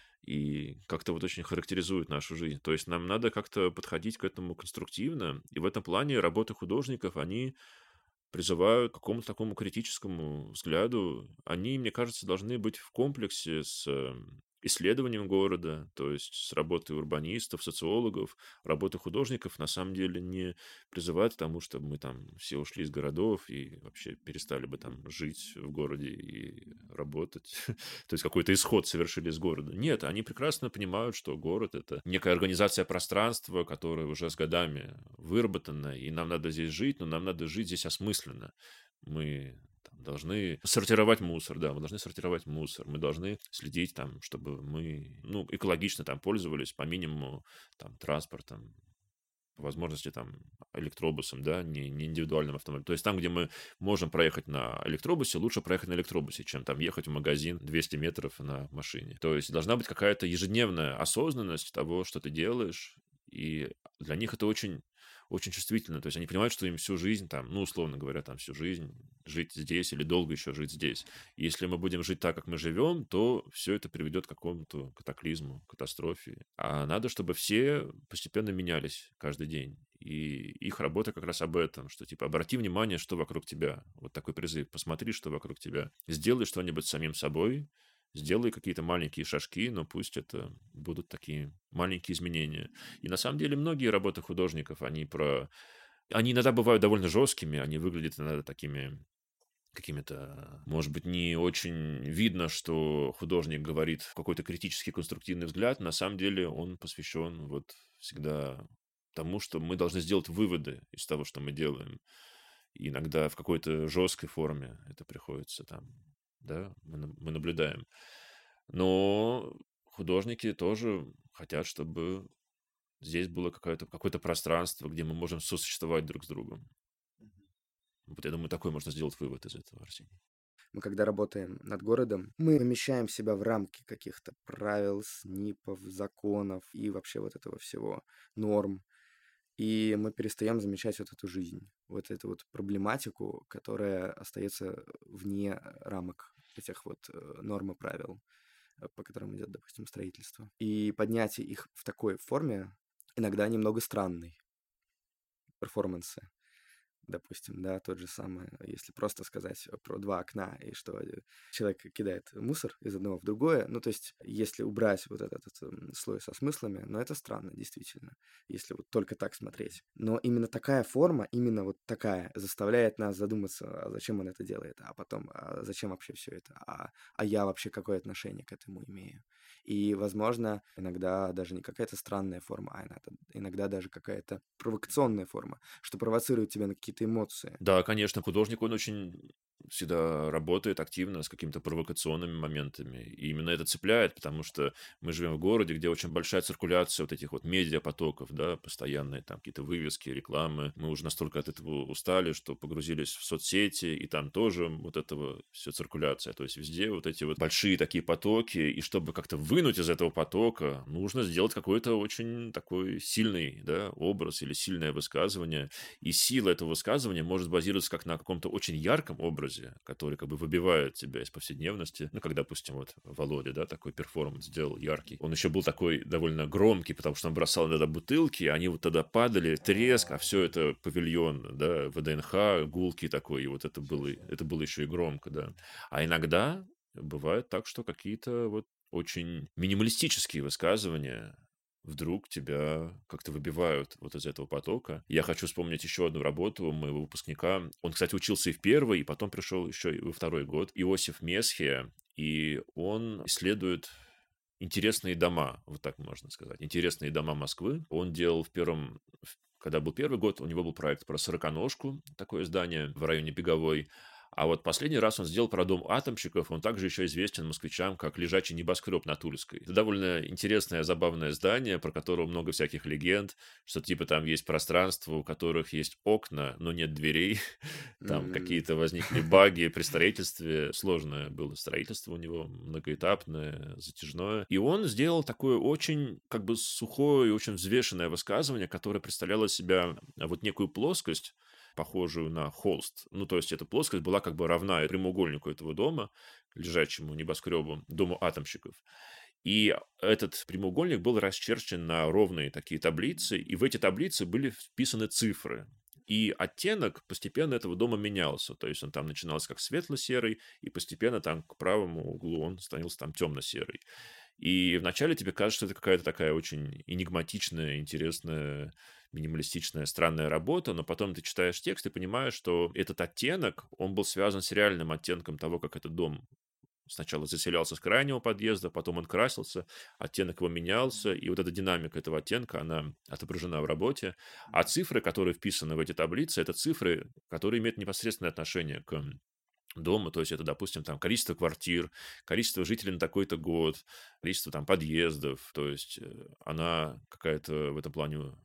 и как-то вот очень характеризует нашу жизнь. То есть нам надо как-то подходить к этому конструктивно, и в этом плане работы художников, они призывают к какому-то такому критическому взгляду. Они, мне кажется, должны быть в комплексе с исследованием города, то есть с работой урбанистов, социологов, работы художников, на самом деле не призывают к тому, чтобы мы там все ушли из городов и вообще перестали бы там жить в городе и работать. То есть какой-то исход совершили из города. Нет, они прекрасно понимают, что город — это некая организация пространства, которая уже с годами выработана, и нам надо здесь жить, но нам надо жить здесь осмысленно. Мы там должны сортировать мусор, да, мы должны сортировать мусор, мы должны следить там, чтобы мы, ну, экологично там пользовались по минимуму там транспортом, по возможности там электробусом, да, не индивидуальным автомобилем. То есть там, где мы можем проехать на электробусе, лучше проехать на электробусе, чем там ехать в магазин 200 метров на машине. То есть должна быть какая-то ежедневная осознанность того, что ты делаешь, и для них это очень очень чувствительны. То есть они понимают, что им всю жизнь там, ну, условно говоря, там всю жизнь жить здесь или долго еще жить здесь. Если мы будем жить так, как мы живем, то все это приведет к какому-то катаклизму, катастрофе. А надо, чтобы все постепенно менялись каждый день. И их работа как раз об этом, что типа обрати внимание, что вокруг тебя. Вот такой призыв. Посмотри, что вокруг тебя. Сделай что-нибудь с самим собой, сделай какие-то маленькие шажки, но пусть это будут такие маленькие изменения. И на самом деле многие работы художников, они иногда бывают довольно жесткими, они выглядят иногда такими какими-то, может быть, не очень видно, что художник говорит какой-то критический, конструктивный взгляд. На самом деле он посвящен вот всегда тому, что мы должны сделать выводы из того, что мы делаем. И иногда в какой-то жесткой форме это приходится там, да, мы наблюдаем. Но художники тоже хотят, чтобы здесь было какое-то пространство, где мы можем сосуществовать друг с другом. Вот я думаю, такой можно сделать вывод из этого, Арсений. Мы когда работаем над городом, мы помещаем себя в рамки каких-то правил, снипов, законов и вообще вот этого всего, норм. И мы перестаем замечать вот эту жизнь, вот эту вот проблематику, которая остается вне рамок этих вот норм и правил, по которым идет, допустим, строительство. И поднятие их в такой форме иногда немного странный. Перформансы, допустим, да, тот же самый, если просто сказать про два окна, и что человек кидает мусор из одного в другое, ну, то есть, если убрать вот этот слой со смыслами, ну, это странно, действительно, если вот только так смотреть. Но именно такая форма, именно вот такая, заставляет нас задуматься, а зачем он это делает, а потом, а зачем вообще все это, а я вообще какое отношение к этому имею. И, возможно, иногда даже не какая-то странная форма, а иногда даже какая-то провокационная форма, что провоцирует тебя на какие-то эмоции. Да, конечно, художник, он очень всегда работает активно с какими-то провокационными моментами. И именно это цепляет, потому что мы живем в городе, где очень большая циркуляция вот этих вот медиапотоков, да, постоянные там какие-то вывески, рекламы. Мы уже настолько от этого устали, что погрузились в соцсети, и там тоже вот этого все циркуляция. То есть везде вот эти вот большие такие потоки, и чтобы как-то вынуть из этого потока, нужно сделать какой-то очень такой сильный, да, образ или сильное высказывание. И сила этого высказывания может базироваться как на каком-то очень ярком образе, который как бы выбивает тебя из повседневности. Ну, как, допустим, вот Володя, да, такой перформанс сделал яркий. Он еще был такой довольно громкий, потому что он бросал иногда бутылки, они вот тогда падали, треск, а все это павильон, да, ВДНХ, гулкий такой, и вот это было еще и громко, да. А иногда бывает так, что какие-то вот очень минималистические высказывания вдруг тебя как-то выбивают вот из этого потока. Я хочу вспомнить еще одну работу моего выпускника. Он, кстати, учился и в первый, и потом пришел еще и во второй год. Иосиф Месхия, и он исследует интересные дома, вот так можно сказать, интересные дома Москвы. Он делал когда был первый год, у него был проект про Сороконожку, такое здание в районе Беговой. А вот последний раз он сделал про дом атомщиков. Он также еще известен москвичам как лежачий небоскреб на Тульской. Это довольно интересное, забавное здание, про которое много всяких легенд, что типа там есть пространства, у которых есть окна, но нет дверей. Там какие-то возникли баги при строительстве. Сложное было строительство у него, многоэтапное, затяжное. И он сделал такое очень как бы сухое и очень взвешенное высказывание, которое представляло из себя вот некую плоскость, похожую на холст. Ну, то есть эта плоскость была как бы равна прямоугольнику этого дома, лежачему небоскребу, дому атомщиков. И этот прямоугольник был расчерчен на ровные такие таблицы, и в эти таблицы были вписаны цифры. И оттенок постепенно этого дома менялся. То есть он там начинался как светло-серый, и постепенно там к правому углу он становился там темно-серый. И вначале тебе кажется, что это какая-то такая очень энигматичная, интересная, минималистичная, странная работа, но потом ты читаешь текст и понимаешь, что этот оттенок, он был связан с реальным оттенком того, как этот дом сначала заселялся с крайнего подъезда, потом он красился, оттенок его менялся, и вот эта динамика этого оттенка, она отображена в работе. А цифры, которые вписаны в эти таблицы, это цифры, которые имеют непосредственное отношение к дому, то есть это, допустим, там количество квартир, количество жителей на такой-то год, количество там подъездов, то есть она какая-то в этом плане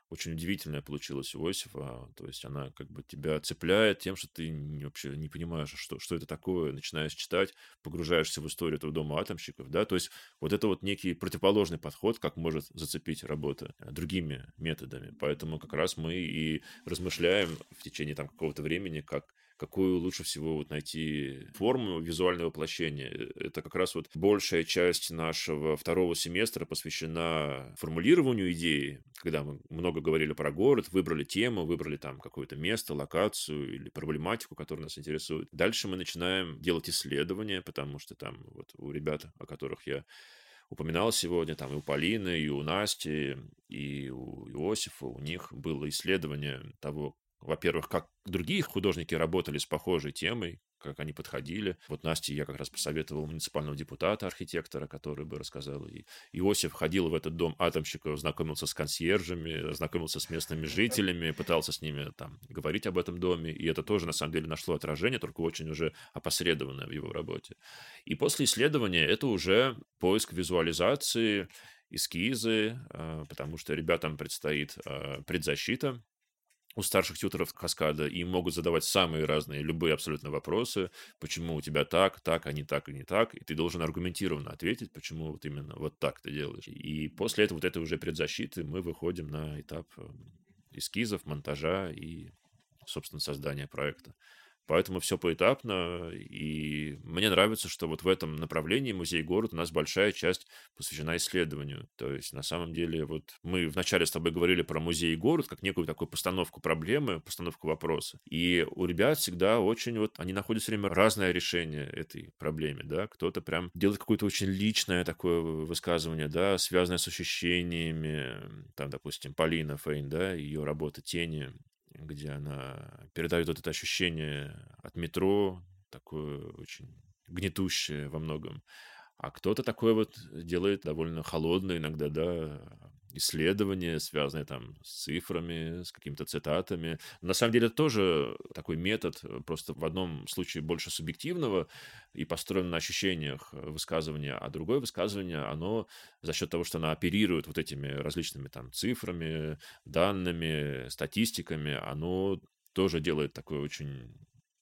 очень удивительная получилась у Осипа. То есть она как бы тебя цепляет тем, что ты вообще не понимаешь, что это такое, начинаешь читать, погружаешься в историю этого дома атомщиков, да, то есть вот это вот некий противоположный подход, как может зацепить работа другими методами. Поэтому как раз мы и размышляем в течение там какого-то времени, какую лучше всего вот найти форму визуального воплощения. Это как раз вот большая часть нашего второго семестра посвящена формулированию идеи, когда мы много говорили про город, выбрали тему, выбрали там какое-то место, локацию или проблематику, которая нас интересует. Дальше мы начинаем делать исследования, потому что там вот у ребят, о которых я упоминал сегодня, там и у Полины, и у Насти, и у Иосифа, у них было исследование того, во-первых, как другие художники работали с похожей темой, как они подходили. Вот Насте я как раз посоветовал муниципального депутата, архитектора, который бы рассказал. И Иосиф ходил в этот дом атомщиков, знакомился с консьержами, знакомился с местными жителями, пытался с ними там говорить об этом доме. И это тоже, на самом деле, нашло отражение, только очень уже опосредованное в его работе. И после исследования это уже поиск визуализации, эскизы, потому что ребятам предстоит предзащита у старших тьюторов Каскада, и могут задавать самые разные, любые абсолютно вопросы, почему у тебя так, а не так, и не так, и ты должен аргументированно ответить, почему вот именно вот так ты делаешь. И после этого вот этой уже предзащиты мы выходим на этап эскизов, монтажа и, собственно, создания проекта. Поэтому все поэтапно, и мне нравится, что вот в этом направлении музей-город у нас большая часть посвящена исследованию. То есть, на самом деле, вот мы вначале с тобой говорили про музей-город как некую такую постановку проблемы, постановку вопроса. И у ребят всегда очень вот, они находят все время разное решение этой проблеме, да. Кто-то прям делает какое-то очень личное такое высказывание, да, связанное с ощущениями. Там, допустим, Полина Фейн, да, ее работа «Тени», где она передает вот это ощущение от метро, такое очень гнетущее во многом. А кто-то такое вот делает довольно холодное иногда, да, исследования, связанные там с цифрами, с какими-то цитатами. На самом деле это тоже такой метод, просто в одном случае больше субъективного и построен на ощущениях высказывания, а другое высказывание, оно за счет того, что она оперирует вот этими различными там цифрами, данными, статистиками, оно тоже делает такое очень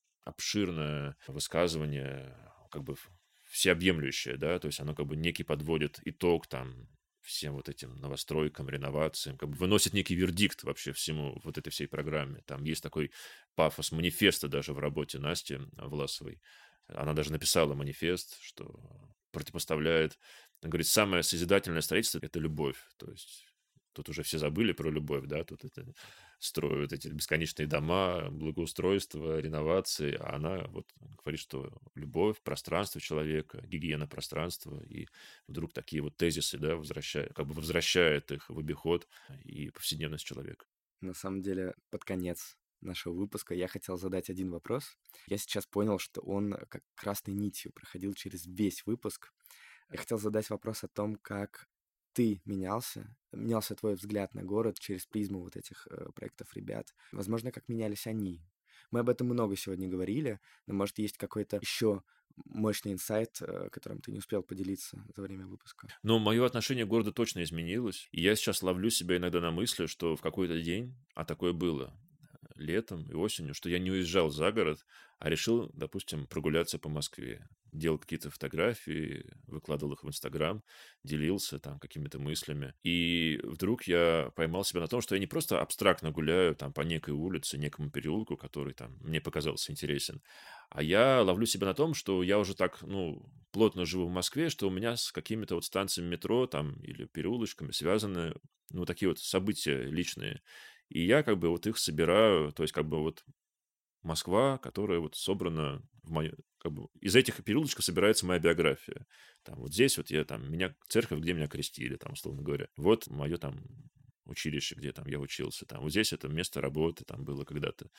обширное высказывание, как бы всеобъемлющее, да, то есть оно как бы некий подводит итог там всем вот этим новостройкам, реновациям, как бы выносит некий вердикт вообще всему вот этой всей программе. Там есть такой пафос манифеста даже в работе Насти Власовой. Она даже написала манифест, что противопоставляет, она говорит, самое созидательное строительство – это любовь. То есть тут уже все забыли про любовь, да, тут это строят эти бесконечные дома, благоустройство, реновации, а она вот говорит, что любовь, пространство человека, гигиена пространства, и вдруг такие вот тезисы, да, возвращает, как бы возвращает их в обиход и повседневность человека. На самом деле, под конец нашего выпуска я хотел задать один вопрос. Я сейчас понял, что он как красной нитью проходил через весь выпуск. Я хотел задать вопрос о том, как ты менялся твой взгляд на город через призму вот этих проектов ребят. Возможно, как менялись они. Мы об этом много сегодня говорили, но, может, есть какой-то еще мощный инсайт, которым ты не успел поделиться за время выпуска. Но мое отношение к городу точно изменилось. И я сейчас ловлю себя иногда на мысли, что в какой-то день, а такое было летом и осенью, что я не уезжал за город, а решил, допустим, прогуляться по Москве. Делал какие-то фотографии, выкладывал их в Инстаграм, делился там какими-то мыслями. И вдруг я поймал себя на том, что я не просто абстрактно гуляю там по некой улице, некому переулку, который там мне показался интересен, а я ловлю себя на том, что я уже так, плотно живу в Москве, что у меня с какими-то вот станциями метро там или переулочками связаны, такие вот события личные. И я как бы вот их собираю, то есть как бы вот Москва, которая вот собрана в мою, как бы из этих переулочков собирается моя биография. Там вот здесь вот я там, церковь, где меня крестили, там, условно говоря. Вот мое там училище, где там я учился. Там вот здесь это место работы там было когда-то.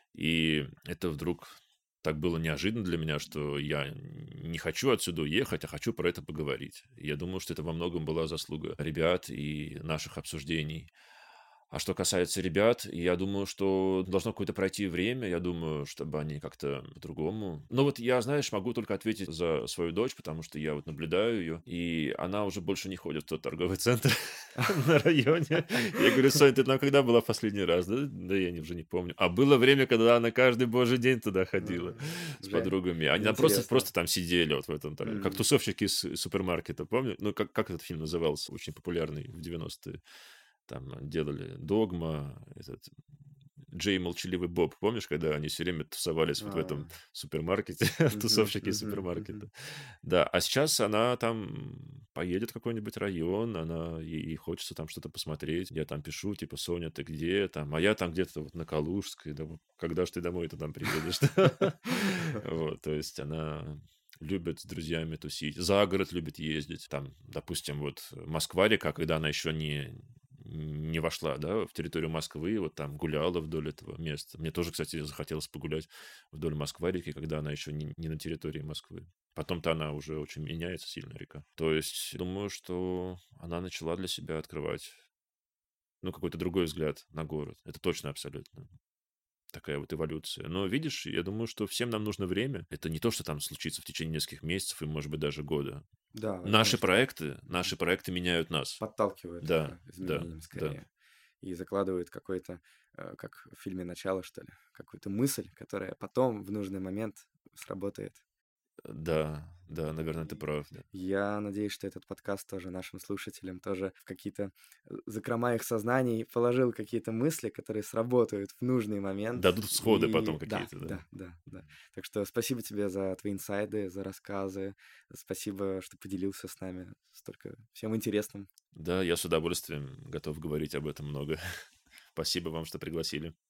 И это вдруг так было неожиданно для меня, что я не хочу отсюда уехать, а хочу про это поговорить. Я думаю, что это во многом была заслуга ребят и наших обсуждений. А что касается ребят, я думаю, что должно какое-то пройти время, я думаю, чтобы они как-то по-другому. Но вот я, знаешь, могу только ответить за свою дочь, потому что я вот наблюдаю ее, и она уже больше не ходит в тот торговый центр на районе. Я говорю: Соня, ты там когда была в последний раз? Да я уже не помню. А было время, когда она каждый божий день туда ходила с Жаль. подругами. Они там Интересно. просто там сидели вот в этом, как М. тусовщики из супермаркета, помню? Ну, как этот фильм назывался, очень популярный в 90-е. Там делали «Догма», этот Джей Молчаливый Боб. Помнишь, когда они все время тусовались вот в этом А. супермаркете, Мгм, тусовщики из мгм, мгм. супермаркета? Да, а сейчас она там поедет в какой-нибудь район, ей хочется там что-то посмотреть. Я там пишу, типа: «Соня, ты где?» Там, а я там где-то вот на Калужской. Да вот когда ж ты домой-то там приедешь? Вот, то есть она любит с друзьями тусить, за город любит ездить. Там, допустим, вот Москва-река, когда она еще не вошла, да, в территорию Москвы, вот там гуляла вдоль этого места. Мне тоже, кстати, захотелось погулять вдоль Москва-реки, когда она еще не на территории Москвы. Потом-то она уже очень меняется сильно, река. То есть, думаю, что она начала для себя открывать, ну, какой-то другой взгляд на город. Это точно абсолютно. Такая вот эволюция. Но видишь, я думаю, что всем нам нужно время. Это не то, что там случится в течение нескольких месяцев и, может быть, даже года. Да, Наши возможно. проекты, Мгм. наши проекты меняют нас. Подталкивает Да, к да, изменениям да, скорее и закладывает какой-то, как в фильме «Начало», что ли, какую-то мысль, которая потом в нужный момент сработает. да, да, наверное, ты И прав, да. я надеюсь, что этот подкаст тоже нашим слушателям тоже в какие-то закрома их сознаний положил какие-то мысли, которые сработают в нужный момент. Дадут всходы потом И да, какие-то, да. да, да, да. Так что спасибо тебе за твои инсайды, за рассказы. Спасибо, что поделился с нами столько всем интересным. Да, я с удовольствием готов говорить об этом много. Спасибо вам, что пригласили.